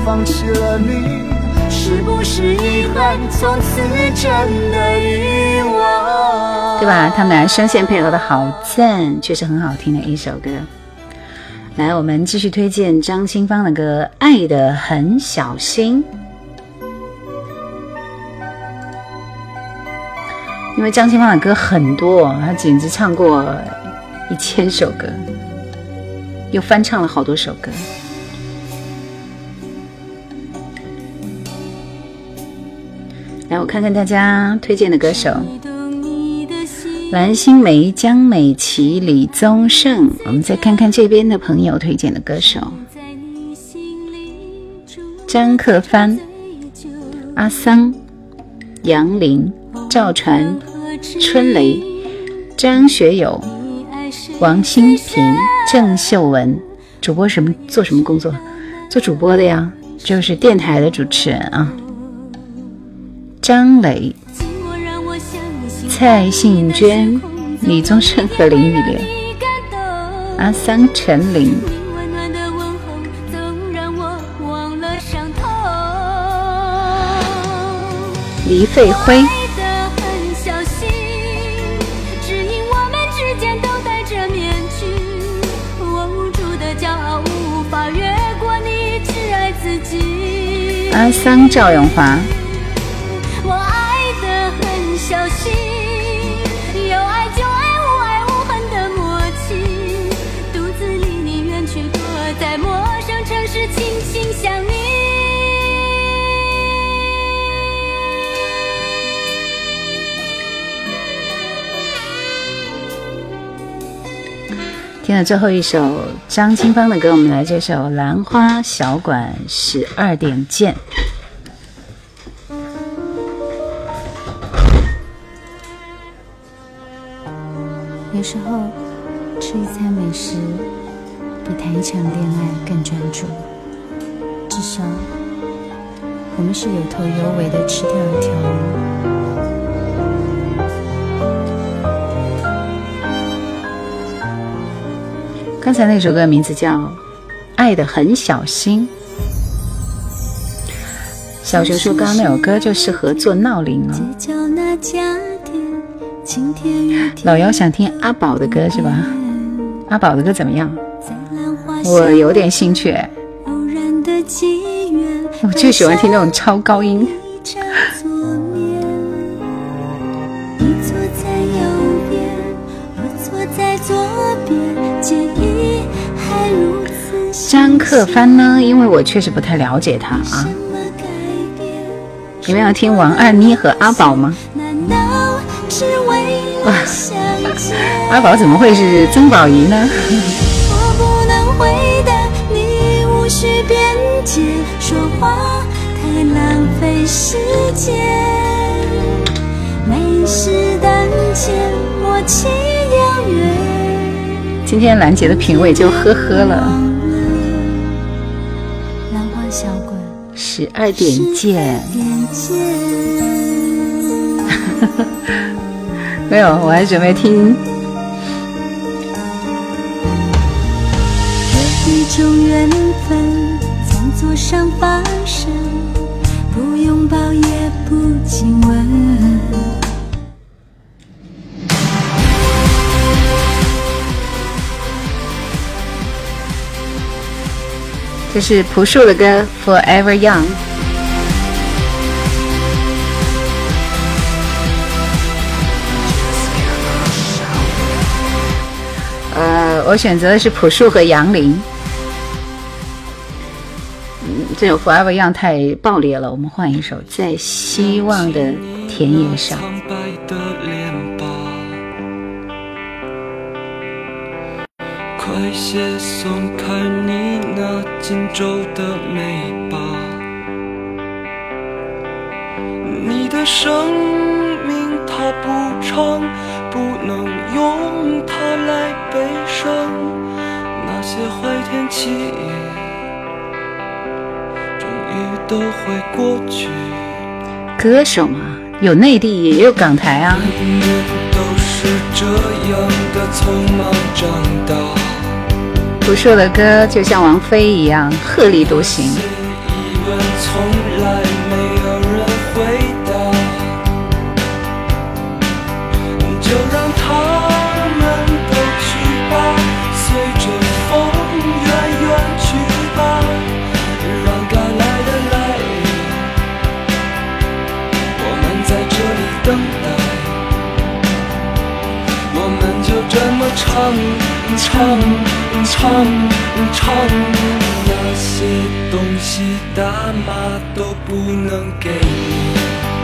放弃了你，是不是遗憾从此真的遗忘？ 对吧？他们俩声线配合的好赞，确实很好听的一首歌。来，我们继续推荐张清芳的歌《爱得很小心》。因为张清芳的歌很多，她简直唱过1000首歌，又翻唱了好多首歌。来，我看看大家推荐的歌手：蓝心湄、江美琪、李宗盛。我们再看看这边的朋友推荐的歌手：张克帆、阿桑、杨林、赵传、春雷、张学友、王心平、郑秀文。主播做什么工作？做主播的呀，就是电台的主持人啊。张磊、蔡幸娟、李宗盛和林忆莲、阿桑、陈琳、黎费辉。阿桑、赵咏华。 我爱得很小心，有爱就爱，无爱无恨的默契，独自离你远去，躲在陌生城市，轻轻想你。 听了最后一首张清芳的歌，我们来这首《兰花小馆12点见》。 有时候吃一餐美食比谈一场恋爱更专注，至少我们是有头有尾的吃掉一条路。 刚才那首歌名字叫《爱得很小心》。小熊说刚刚那首歌就适合做闹铃哦。老姚想听阿宝的歌是吧？阿宝的歌怎么样？我有点兴趣，我就喜欢听那种超高音。 你坐在右边，我坐在左边，记忆还如此。 张克帆呢？因为我确实不太了解他啊。你们要听王二妮和阿宝吗？哇，阿宝怎么会是曾宝仪呢？ 我不能回答你，无需辩解，说话太浪费时间。美食当前，默契遥远。 今天兰姐的品味就呵呵了。 兰花小馆 12点见。没有，我还准备听。 有一种缘分餐桌上发生，不拥抱也不亲吻。 这是朴树的歌 Forever Young。我选择的是朴树和杨林。这首 Forever Young 太爆裂了，我们换一首在希望的田野上。 快些松开你那紧皱的眉吧，你的生命它不长，不能用它来悲伤，那些坏天气终于都会过去。 歌手嘛，有内地也有港台啊。 人都是这样的匆忙长大， 朴树的歌就像王菲一样鹤立独行。 那些东西大妈都不能给你，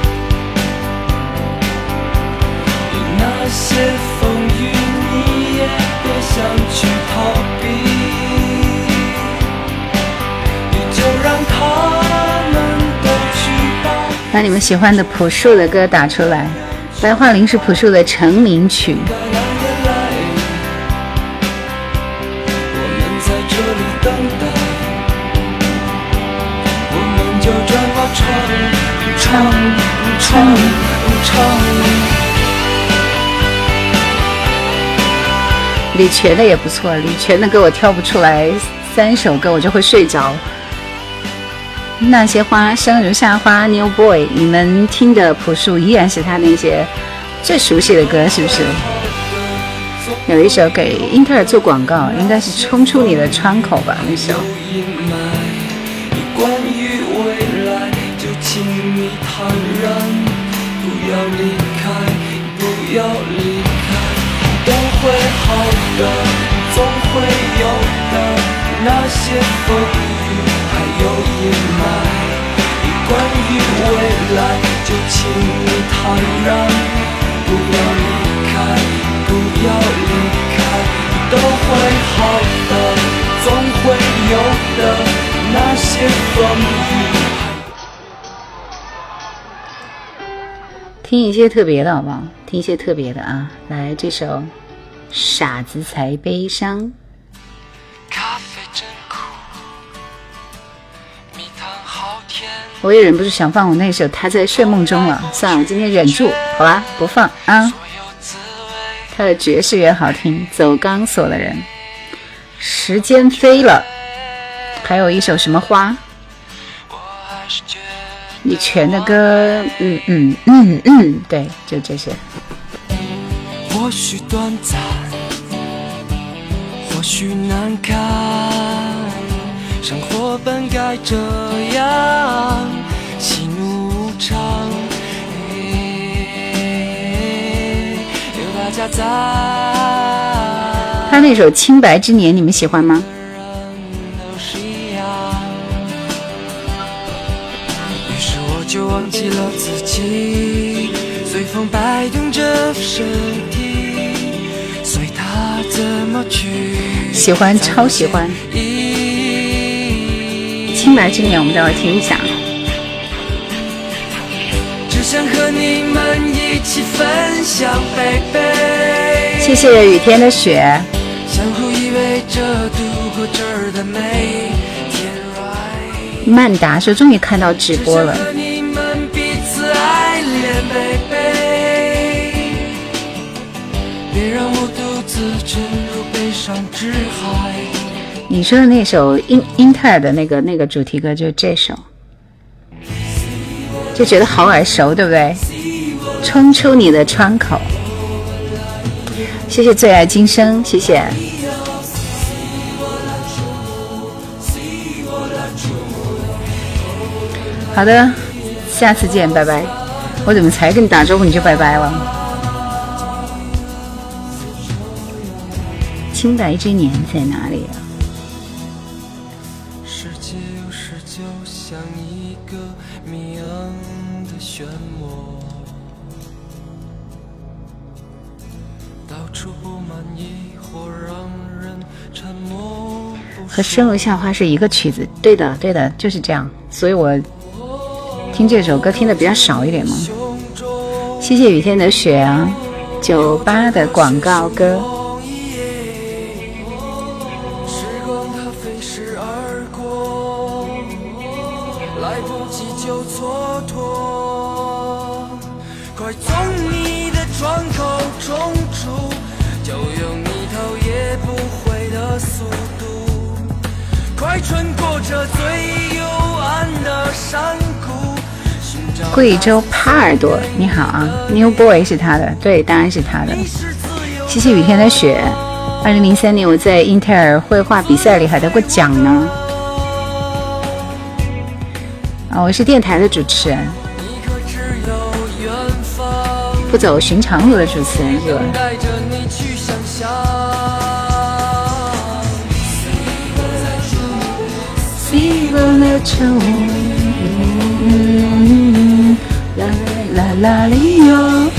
那些风雨你也别想去逃避，你就让他们都去吧。 把你们喜欢的朴树的歌打出来。白桦林是朴树的成名曲。李泉的也不错，李泉的歌我挑不出来，3首歌我就会睡着。那些花，生如夏花 ，New Boy， 你们听的朴树依然是他那些最熟悉的歌，是不是？有一首给英特尔做广告，应该是冲出你的窗口吧，那首。 关于未来，就请你坦然，不要离开，不要离开，都会好的，总会有的。那些风雨还有阴霾，关于未来，就请你坦然，不要离开，不要离开，都会好的，总会有的。那些风雨。 听一些特别的好不好？听一些特别的啊！来，这首《傻子才悲伤》。 咖啡真苦，蜜糖好甜。 我也忍不住想放我那首《他在睡梦中》了，算了，今天忍住，好吧，不放啊。他的爵士乐好听，走钢索的人。时间飞了。还有一首什么花？李泉的歌，对，就这些。 或许短暂，或许难堪，生活本该这样，喜怒无常，有大家在。 他那首《清白之年》，你们喜欢吗？ 就忘记了自己，随风摆动着身体，随他怎么去。 喜欢，超喜欢。清白之年，我们待会儿听一下。 只想和你们一起分享，贝贝。 谢谢雨天的雪。 相互依偎着度过这儿的每天。 曼达说终于看到直播了。 别让我独自沉入悲伤之海。 你说的那首英特尔的那个主题歌就是这首，就觉得好耳熟，对不对？冲出你的窗口。谢谢最爱今生，谢谢。好的，下次见，拜拜。我怎么才跟你打招呼你就拜拜了？清白之年在哪里啊？ 世界有时就像一个迷暗的漩涡，到处布满疑惑，让人沉默。 和生如夏花是一个曲子，对的对的，就是这样，所以我听这首歌听的比较少一点嘛。谢谢雨天的雪啊，酒吧的广告歌。快从你的窗口冲出，就用你头也不回的速度，快穿过这最幽暗的山谷。 贵州耙耳朵，你好啊 ，New Boy 是他的，对，当然是他的。谢谢雨天的雪。2003年我在英特尔绘画比赛里还得过奖呢。啊，我是电台的主持人，不走寻常路的主持人是吧？ 求，啦啦啦哩哟。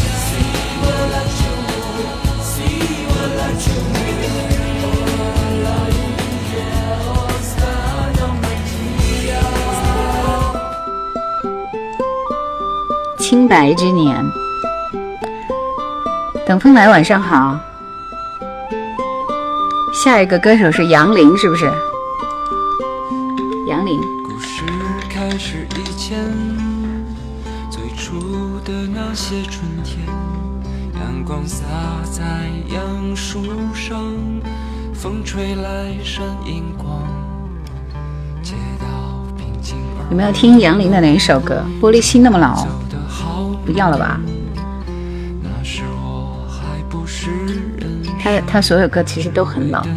清白之年，等风来，晚上好。下一个歌手是杨林，是不是？杨林。 故事开始以前，最初的那些春天，阳光洒在杨树上，风吹来闪银光，街道平静。 有没有听杨林的哪一首歌？玻璃心那么老，不要了吧？ 那时我还不是人， 他所有歌其实都很老。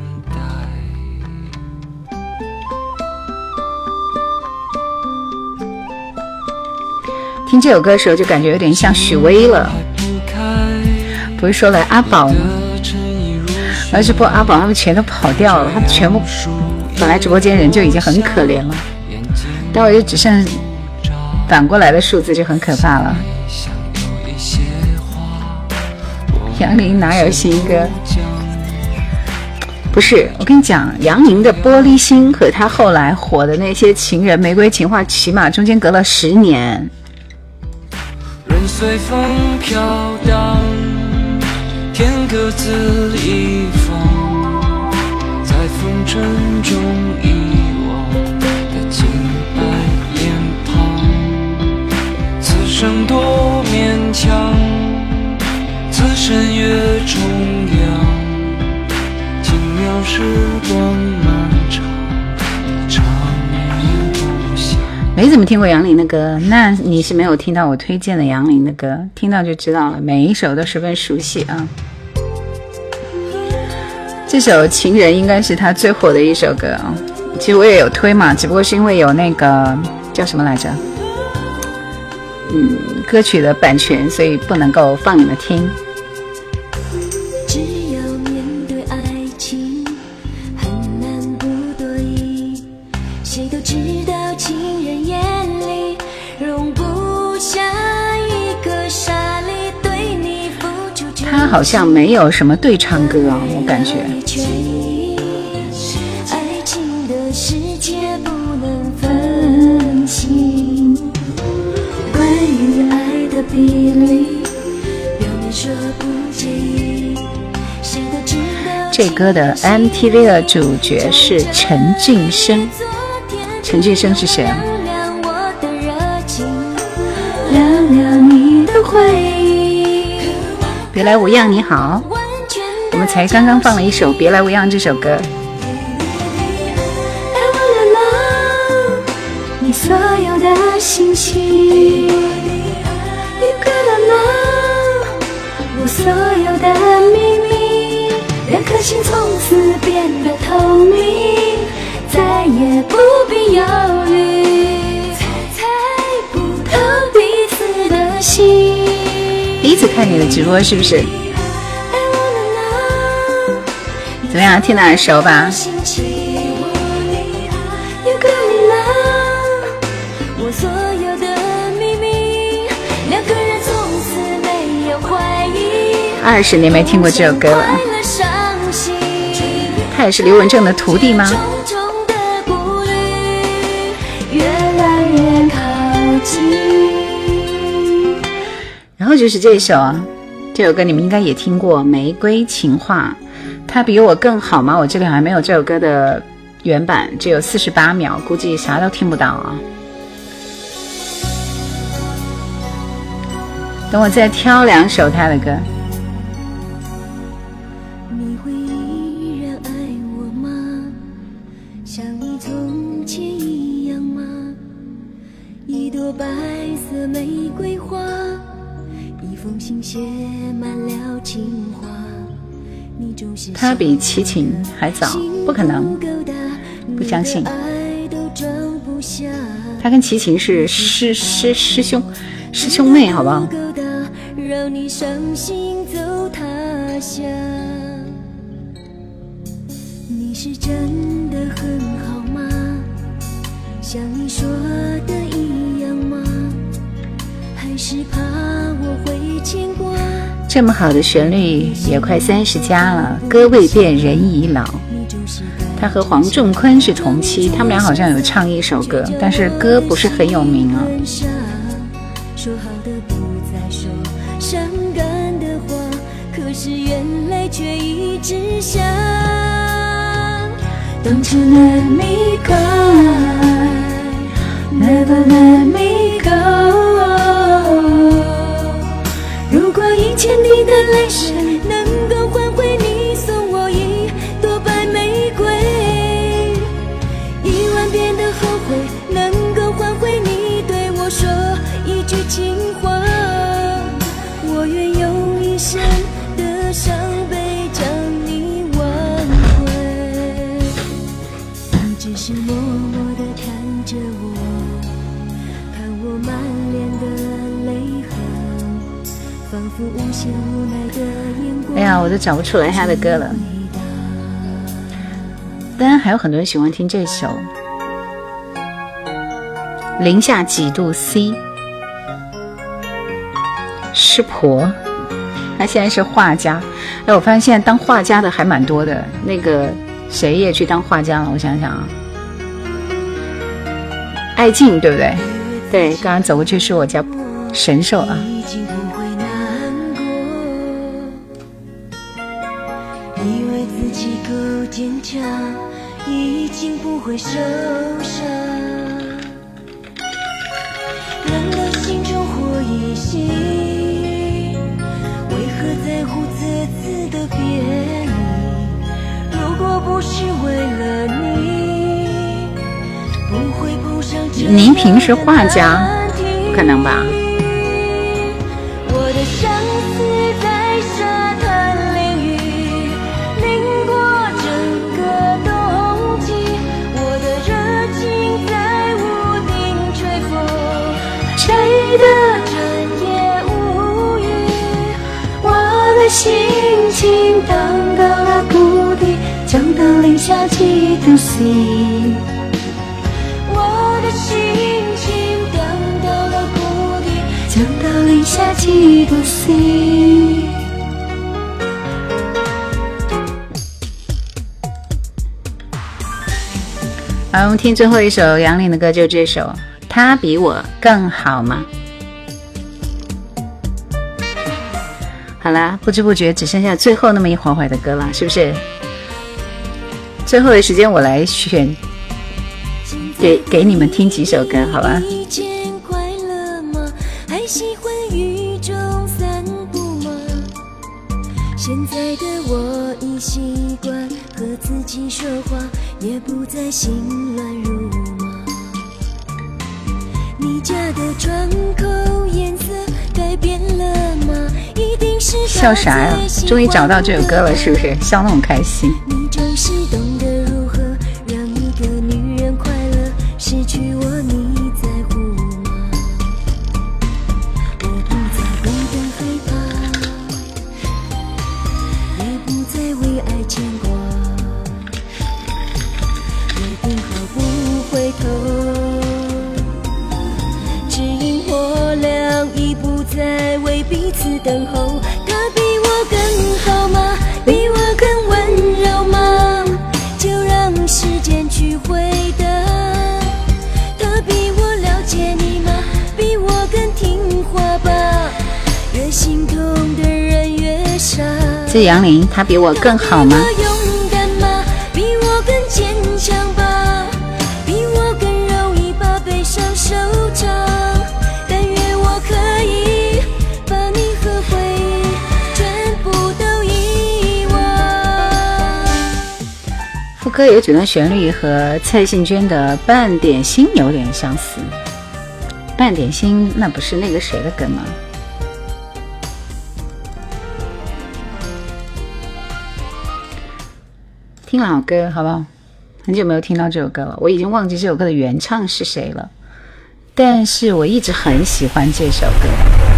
听这首歌的时候就感觉有点像许巍了，不是说了阿宝吗？而是播阿宝他们全都跑掉了，他们全部本来直播间人就已经很可怜了，待会就只剩反过来的数字就很可怕了。杨林哪有新歌？不是，我跟你讲，杨林的玻璃心和他后来火的那些情人玫瑰情话起码中间隔了10年。 任随风飘荡，天各自一方，在风尘中遗忘的清白脸庞，此生多勉强，此身越重阳，轻描时光漫长，长眠不响。 没怎么听过杨林的歌，那你是没有听到我推荐的杨林的歌，听到就知道了，每一首都十分熟悉啊。这首《情人》应该是他最火的一首歌啊，其实我也有推嘛，只不过是因为有那个叫什么来着，歌曲的版权，所以不能够放你们听。 只要面对爱情，很难不得已，谁都知道情人眼里容不下一个傻里对你付出。 他好像没有什么对唱歌啊，我感觉。 爱情的世界不能分清，关于爱的比例，表面说不介意，谁都知道。 这歌的 MTV 的主角是陈俊生。陈俊生是谁啊？ 聊聊你的回忆。 别来无恙你好，我们才刚刚放了一首《别来无恙》这首歌。 你所有的信息，你看到吗？我所有的秘密，让颗心从此变得透明，再也不必忧虑，猜不透彼此的心。 第一次看你的直播是不是？怎么样，听得耳熟吧？ 所有的秘密，两个人从此没有怀疑。 20年没听过这首歌了。他也是刘文正的徒弟吗？ 重重的顾虑，越来越靠近。 然后就是这首啊，这首歌你们应该也听过《玫瑰情话》，它比我更好吗？我这里还没有这首歌的原版，只有48秒，估计啥都听不到啊。等我再挑2首他的歌。 你会依然爱我吗？像你从前一样吗？一朵白色玫瑰花，一封信写满了情话。你总是他比齐秦还早，不可能，不相信。他跟齐秦是师兄妹，好不好？ 让你伤心走他乡，你是真的很好吗？ 像你说的一样吗？还是怕我会牵挂？ 这么好的旋律也快30加了，歌未变人已老。他和黄仲坤是同期，他们俩好像有唱一首歌，但是歌不是很有名啊。 说好的不再说伤感的话，可是眼泪却一直下。Don't you let me cry, never let me go。 如果以前你的泪水能够换回你送我一朵白玫瑰，1万遍的后悔能够换回你对我说一句情话，我愿用一生的伤悲将你挽回。你只是默默地看着我，看我满脸的泪痕，仿佛无限无奈的眼光。 哎呀，我都找不出来他的歌了。当然还有很多人喜欢听这首零下几度 C。 师婆他现在是画家。哎，我发现现在当画家的还蛮多的，那个谁也去当画家了，我想想啊，艾静对不对？对，刚刚走过去是我家神兽啊。 以为自己够坚强，已经不会受伤。难道心中火已熄？为何在乎这次的别离？如果不是为了你，不会碰上这样的难题。 您平时画家？不可能吧？ 我的相思在沙滩淋雨，淋过整个冬季。我的热情在屋顶吹风，吹得整夜无语。我的心情荡到了谷底，降到零下几度 C。我的心情荡到了谷底，降到零下几度 C。 好，我们听最后一首杨林的歌，就这首《他比我更好吗》。好啦，不知不觉只剩下最后那么一会儿的歌了，是不是？最后的时间我来选，给你们听几首歌，好吧？ 以前快乐吗？还喜欢雨中散步吗？现在的我已习惯和自己说话，也不再心乱如麻。你家的窗口颜色改变了吗？一定是笑啥呀？终于找到这首歌了，是不是？笑那么开心。 你总是懂得如何让一个女人快乐，失去我你在乎吗？我不再孤单害怕，也不再为爱牵挂，约定好不回头，只因我俩已不再为彼此等候。他比我更好吗？比我更温柔吗？就让时间去回答。他比我了解你吗？比我更听话吧。越心痛的人越傻。 这杨林，他比我更好吗？ 比我勇敢吗？比我更坚强吧。比我更容易把悲伤收场。但愿我可以把你和回忆全部都遗忘。 副歌有几段旋律和蔡幸娟的《半点心》有点相似。半点心那不是那个谁的歌吗？听老歌好不好？很久没有听到这首歌了，我已经忘记这首歌的原唱是谁了，但是我一直很喜欢这首歌。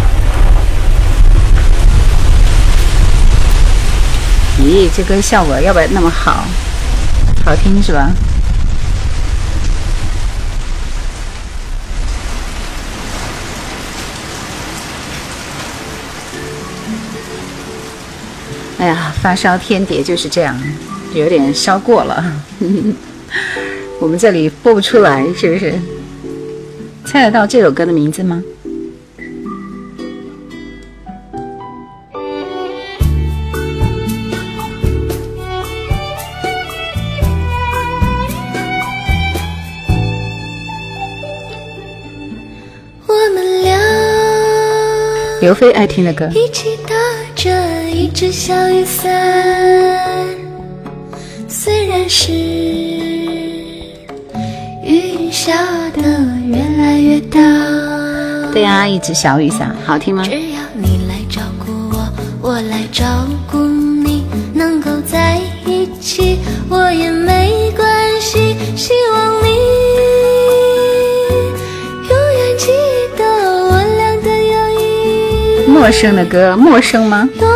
咦，这歌效果要不然那么好，好听是吧？ 哎呀，发烧天碟就是这样，有点烧过了。我们这里播不出来，是不是？猜得到这首歌的名字吗？刘飞爱听的歌， 一起打着一只小雨伞，虽然是雨下的越来越大。 对呀，一只小雨伞，好听吗？ 只要你来照顾我，我来照顾你，能够在一起，我也没关系。希望你永远记得我俩的友谊。 陌生的歌，陌生吗？ 永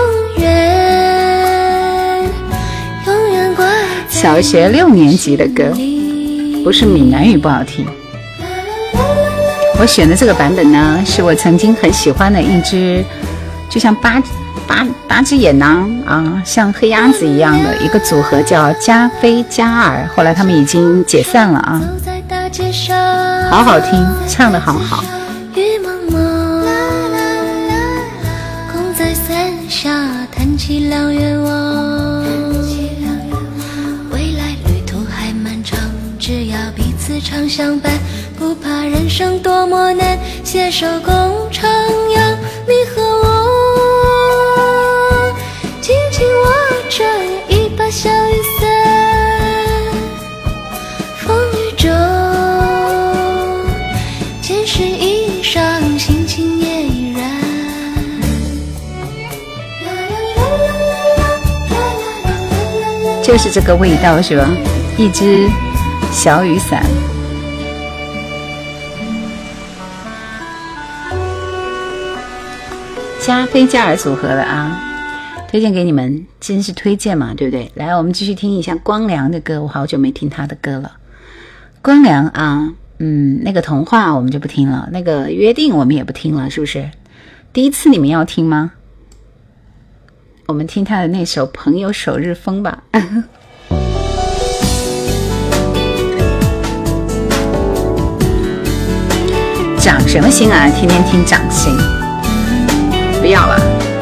远挂在小学6年级的歌，不是闽南语不好听。我选的这个版本呢，是我曾经很喜欢的一只，就像八只野狼啊，像黑鸭子一样的一个组合，叫加菲加尔。后来他们已经解散了啊，好好听，唱得好好。 雨蒙蒙，共在伞下谈起了愿望。未来旅途还漫长，只要彼此常相伴，不怕人生多么难，携手共徜徉。你和我紧紧握着一把小雨伞，风雨中见识衣裳，心情也依然。 就是这个味道是吧？一只小雨伞。加菲加尔组合的啊，推荐给你们，真是推荐嘛，对不对？来，我们继续听一下光良的歌，我好久没听他的歌了。光良啊，那个童话我们就不听了，那个约定我们也不听了，是不是？第一次你们要听吗？我们听他的那首《朋友首日风》吧。掌什么心啊？天天听掌心。不要了。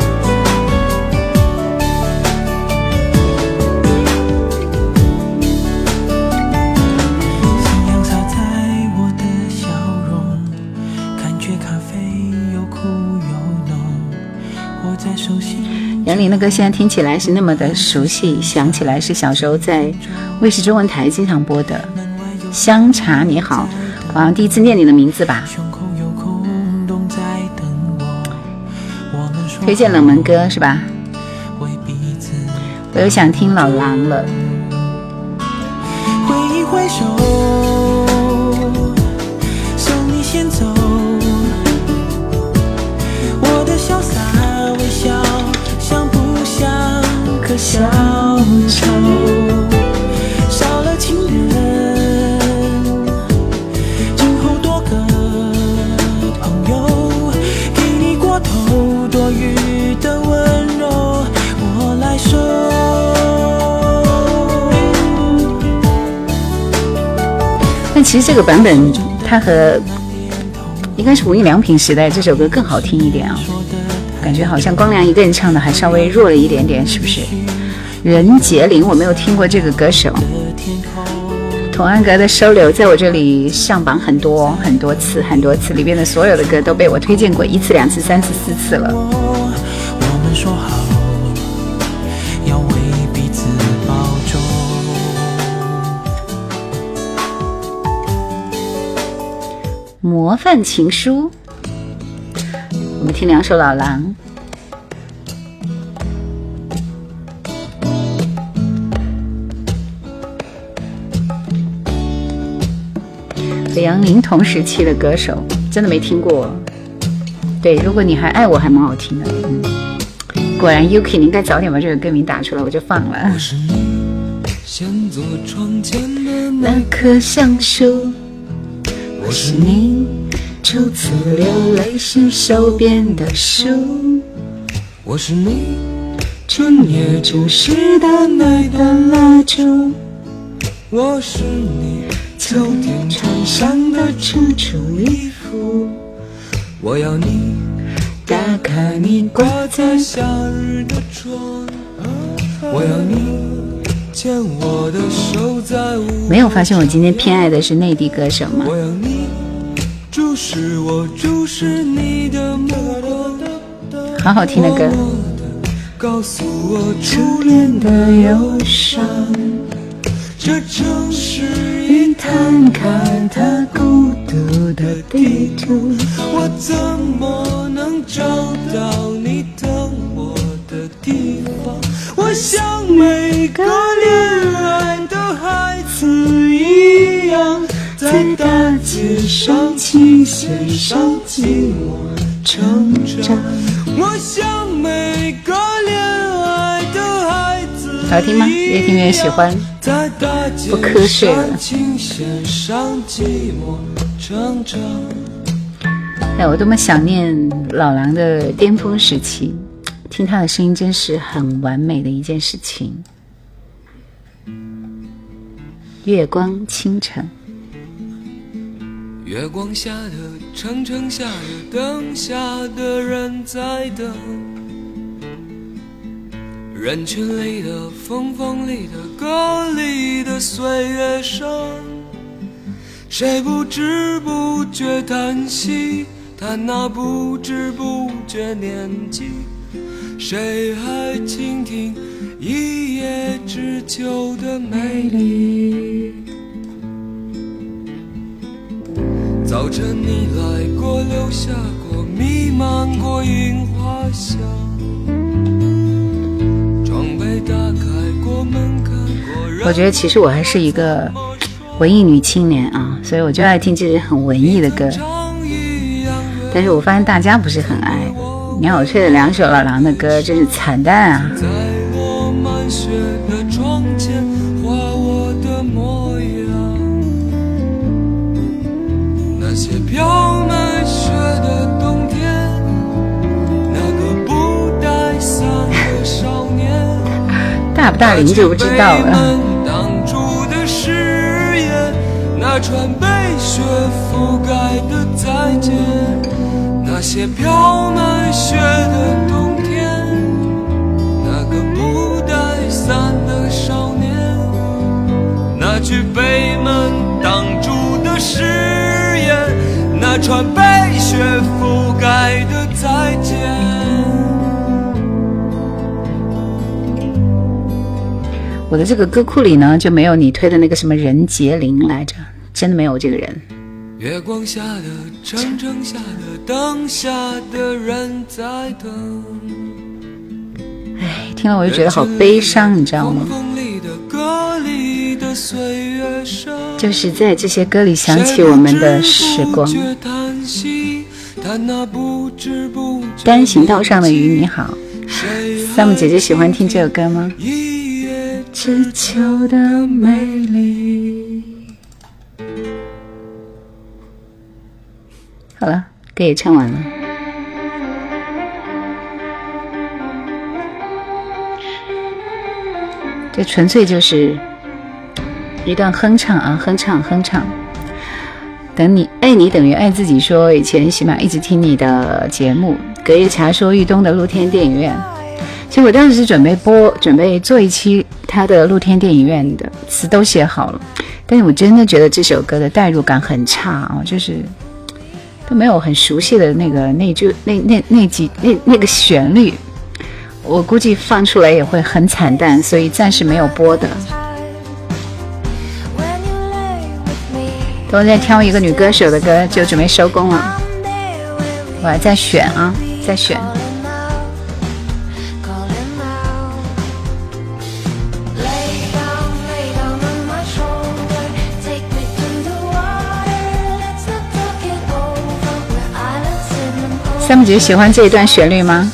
夕阳洒在我的笑容，感觉咖啡又苦又浓，握在手心。 杨林的歌现在听起来是那么的熟悉，想起来是小时候在卫视中文台经常播的《香茶你好》，好像第一次念你的名字吧。推荐冷门歌是吧？我又想听老狼了。 挥一挥手，送你先走，我的潇洒微笑，像不像个小丑？少了情人，今后多个朋友，给你过头多余的温柔，我来收。 但其实这个版本它和应该是无印良品时代这首歌更好听一点啊，感觉好像光良一个人唱的还稍微弱了一点点，是不是？任杰林我没有听过这个歌手，童安格的收留在我这里上榜很多次，里边的所有的歌都被我推荐过1次、2次、3次、4次了。 我们说好要为彼此保重。 模范情书，我们听2首老狼。和杨林同时期的歌手，真的没听过。对，如果你还爱我，还蛮好听的。果然 Yuki 你应该早点把这个歌名打出来，我就放了。 我是你先坐窗前的那棵橡树，我是你初次流泪时手边的书， 我是你春夜注视的那段蜡烛，我是你秋天穿上的楚楚衣服，我要你打开你挂在夏日的窗，我要你牵我的手在舞。 没有发现我今天偏爱的是内地歌手吗？ 我要你注视我，注视你的目光， 好好听的歌。 告诉我初恋的忧伤，这城市已摊开它孤独的地图，我怎么能找到你等我的地方？我像每个恋爱的孩子一样，在大街上琴弦上寂寞成长。我像每个恋爱的孩子， 好听吗？越听越喜欢，不瞌睡了。哎，我多么想念老狼的巅峰时期，听他的声音真是很完美的一件事情。月光清晨， 月光下的城，城下的灯下的人在等，人群里的风，风里的歌里的岁月声，谁不知不觉叹息，叹那不知不觉年纪，谁还倾听一叶知秋的美丽。早晨你来过，留下过，弥漫过樱花香，窗被打开过，门开过。 我觉得其实我还是一个文艺女青年啊，所以我就爱听这些很文艺的歌，但是我发现大家不是很爱。你看我吹的2首老狼的歌真是惨淡啊。 在我满雪的窗前画我的模样，那些飘满雪的冬天，那个不带伞的少年， 大不大龄就不知道了。 挡住的誓言，那串被雪覆盖的再见，那些飘满雪的冬天，那个不带伞的少年，那句被门挡住的誓言，那串被雪覆盖的再见。 我的这个歌库里呢就没有你推的那个什么任杰林来着，真的没有这个人。 月光下的城，城下的灯下的人在等。 哎，听了我就觉得好悲伤，你知道吗？就是在这些歌里想起我们的时光。单行道上的鱼，你好，Sam姐姐喜欢听这首歌吗？知秋的美丽。好了，歌也唱完了。这纯粹就是一段哼唱啊，哼唱哼唱。等你爱你等于爱自己说，以前喜马一直听你的节目，隔夜茶说豫东的露天电影院。其实我当时是准备做一期他的露天电影院的词都写好了，但是我真的觉得这首歌的代入感很差啊，就是都没有很熟悉的那个那个旋律，我估计放出来也会很惨淡，所以暂时没有播的。等我再挑一个女歌手的歌就准备收工了，我还在选啊，在选。Sam姐喜欢这一段旋律吗？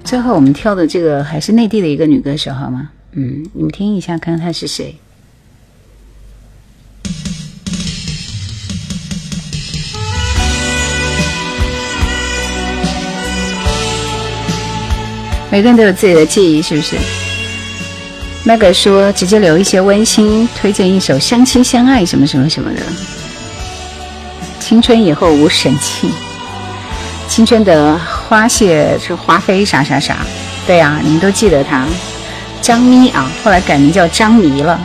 最后我们挑的这个还是内地的一个女歌手，好吗？你们听一下，看看她是谁。每个人都有自己的记忆，是不是？Meg 说直接留一些温馨，推荐一首相亲相爱什么什么什么的。青春以后无神器，青春的花谢是花飞啥啥啥。对啊，你们都记得他张咪啊，后来改名叫张迷了。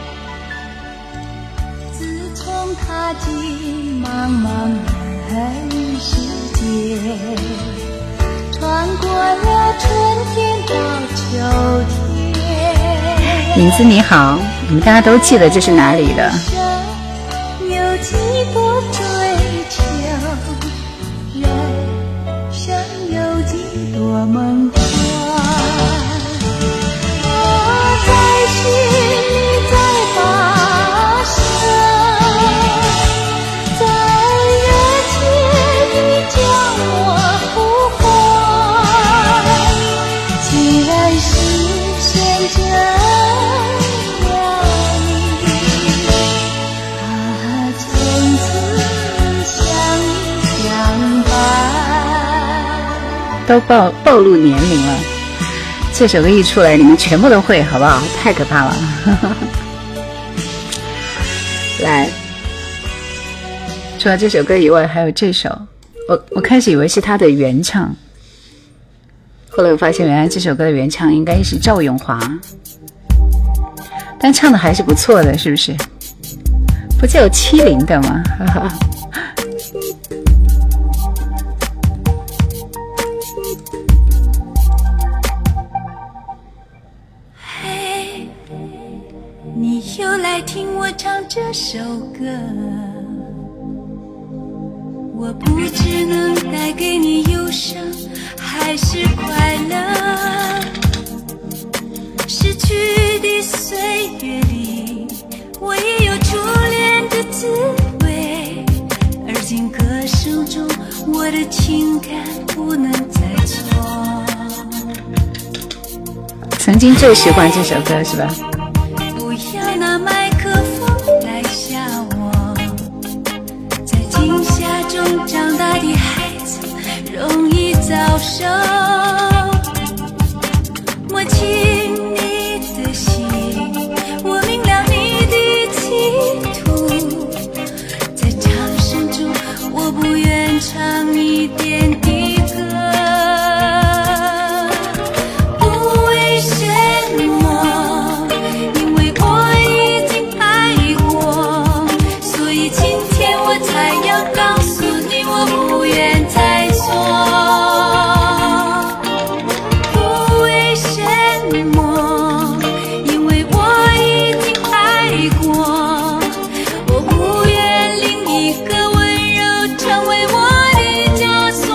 自从踏进茫茫人世间，穿过了春天到秋天。 影子你好，你们大家都记得这是哪里的？ 有几多追求，人生有几多梦幻。 都暴露年龄了，这首歌一出来你们全部都会，好不好？太可怕了。来，除了这首歌以外还有这首，我开始以为是他的原唱，后来我发现原来这首歌的原唱应该是赵咏华，但唱的还是不错的，是不是？不就有70的吗？ 你又来听我唱这首歌，我不知能带给你忧伤还是快乐。逝去的岁月里，我也有初恋的滋味，而今歌声中我的情感不能再错。 曾经最喜欢这首歌是吧？ 要拿麦克风来吓我，在惊吓中长大的孩子容易早熟。摸清你的心，我明了你的企图，在掌声中我不愿唱你点的歌。不为什么，才要告诉你我不愿再错。不为什么，因为我已经爱过，我不愿另一个温柔成为我的枷锁。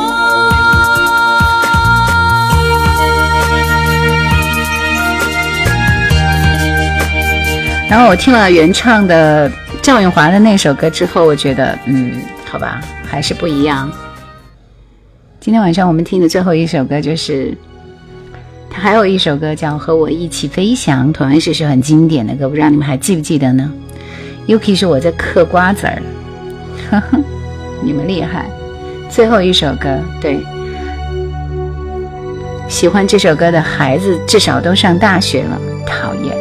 然后我听了原唱的赵咏华的那首歌之后，我觉得好吧，还是不一样。今天晚上我们听的最后一首歌就是他还有一首歌叫《和我一起飞翔》，同样是首很经典的歌，不知道你们还记不记得呢？ Yuki 说我在嗑瓜子儿，呵呵，你们厉害。最后一首歌，对，喜欢这首歌的孩子至少都上大学了，讨厌。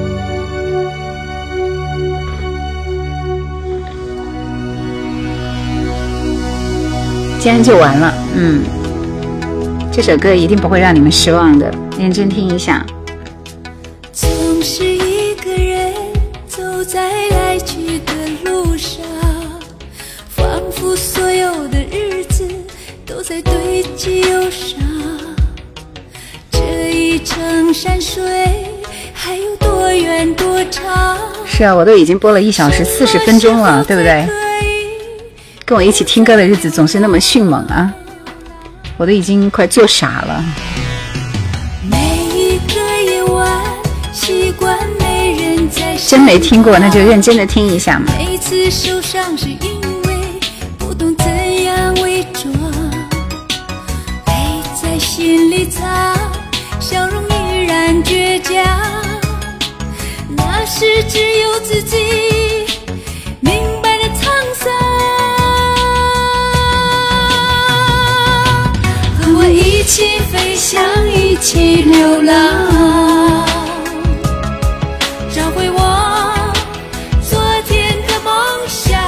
今天就完了，这首歌一定不会让你们失望的，认真听一下。 总是一个人走在来去的路上，仿佛所有的日子都在堆积忧伤。这一程山水还有多远多长？ 是啊，我都已经播了1小时40分钟了，对不对？跟我一起听歌的日子总是那么迅猛啊，我都已经快做傻了。 每一个夜晚习惯没人在， 真没听过那就认真的听一下嘛。 每次受伤是因为不懂怎样伪装，泪在心心里藏，笑容依然倔强，那是只有自己明白的沧桑。和我一起飞翔，一起流浪，找回我昨天的梦想。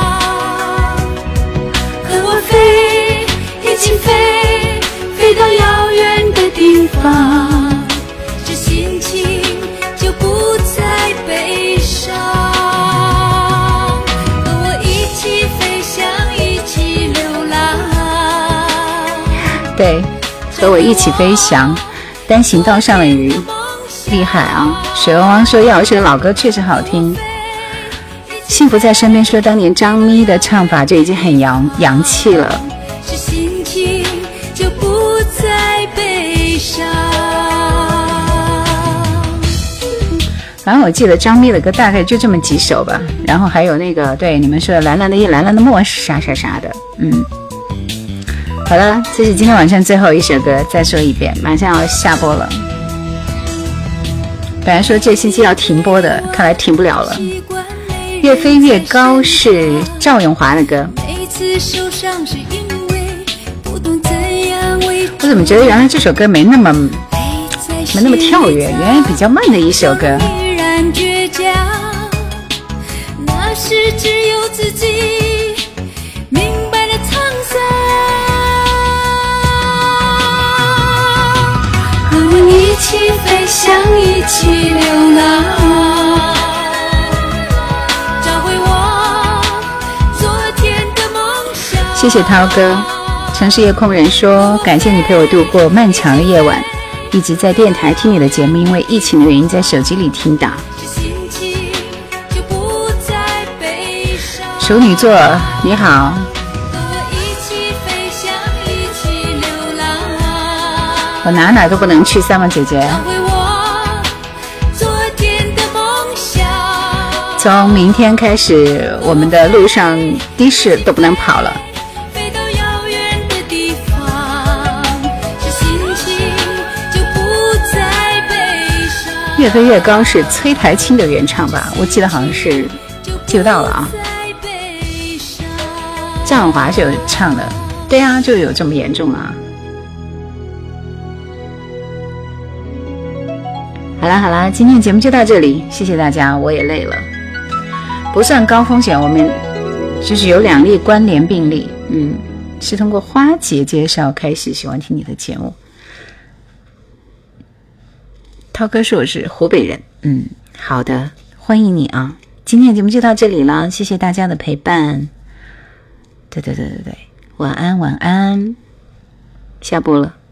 和我飞，一起飞，飞到遥远的地方，这心情就不再悲伤。和我一起飞翔，一起流浪。 对，和我一起飞翔，单行道上的鱼，厉害啊！水汪汪说要这个老歌确实好听。幸福在身边说当年张咪的唱法就已经很洋气了。 是心情就不再悲伤。 反正我记得张咪的歌大概就这么几首吧，然后还有那个对你们说的蓝蓝的夜蓝蓝的墨啥啥啥的。好了，这是今天晚上最后一首歌，再说一遍，马上要下播了。本来说这星期要停播的，看来停不了了。越飞越高是赵咏华的歌。我怎么觉得原来这首歌没那么跳跃，原来比较慢的一首歌。 那是只有自己明白的沧桑。和我一起飞翔，一起流浪，找回我昨天的梦想。 谢谢涛哥。城市夜空人说感谢你陪我度过漫长的夜晚，一直在电台听你的节目，因为疫情的原因在手机里听的。处女座你好。我哪都不能去，三毛姐姐。从明天开始我们的路上的士都不能跑了。越飞越高是崔台青的原唱吧，我记得好像是，记不到了啊。赵咏华是有唱的，对啊，就有这么严重啊。好啦，今天节目就到这里，谢谢大家，我也累了。不算高风险，我们就是有2例关联病例，是通过花姐介绍开始喜欢听你的节目。涛哥说我是湖北人，好的，欢迎你啊！今天的节目就到这里了，谢谢大家的陪伴。对，晚安，下播了。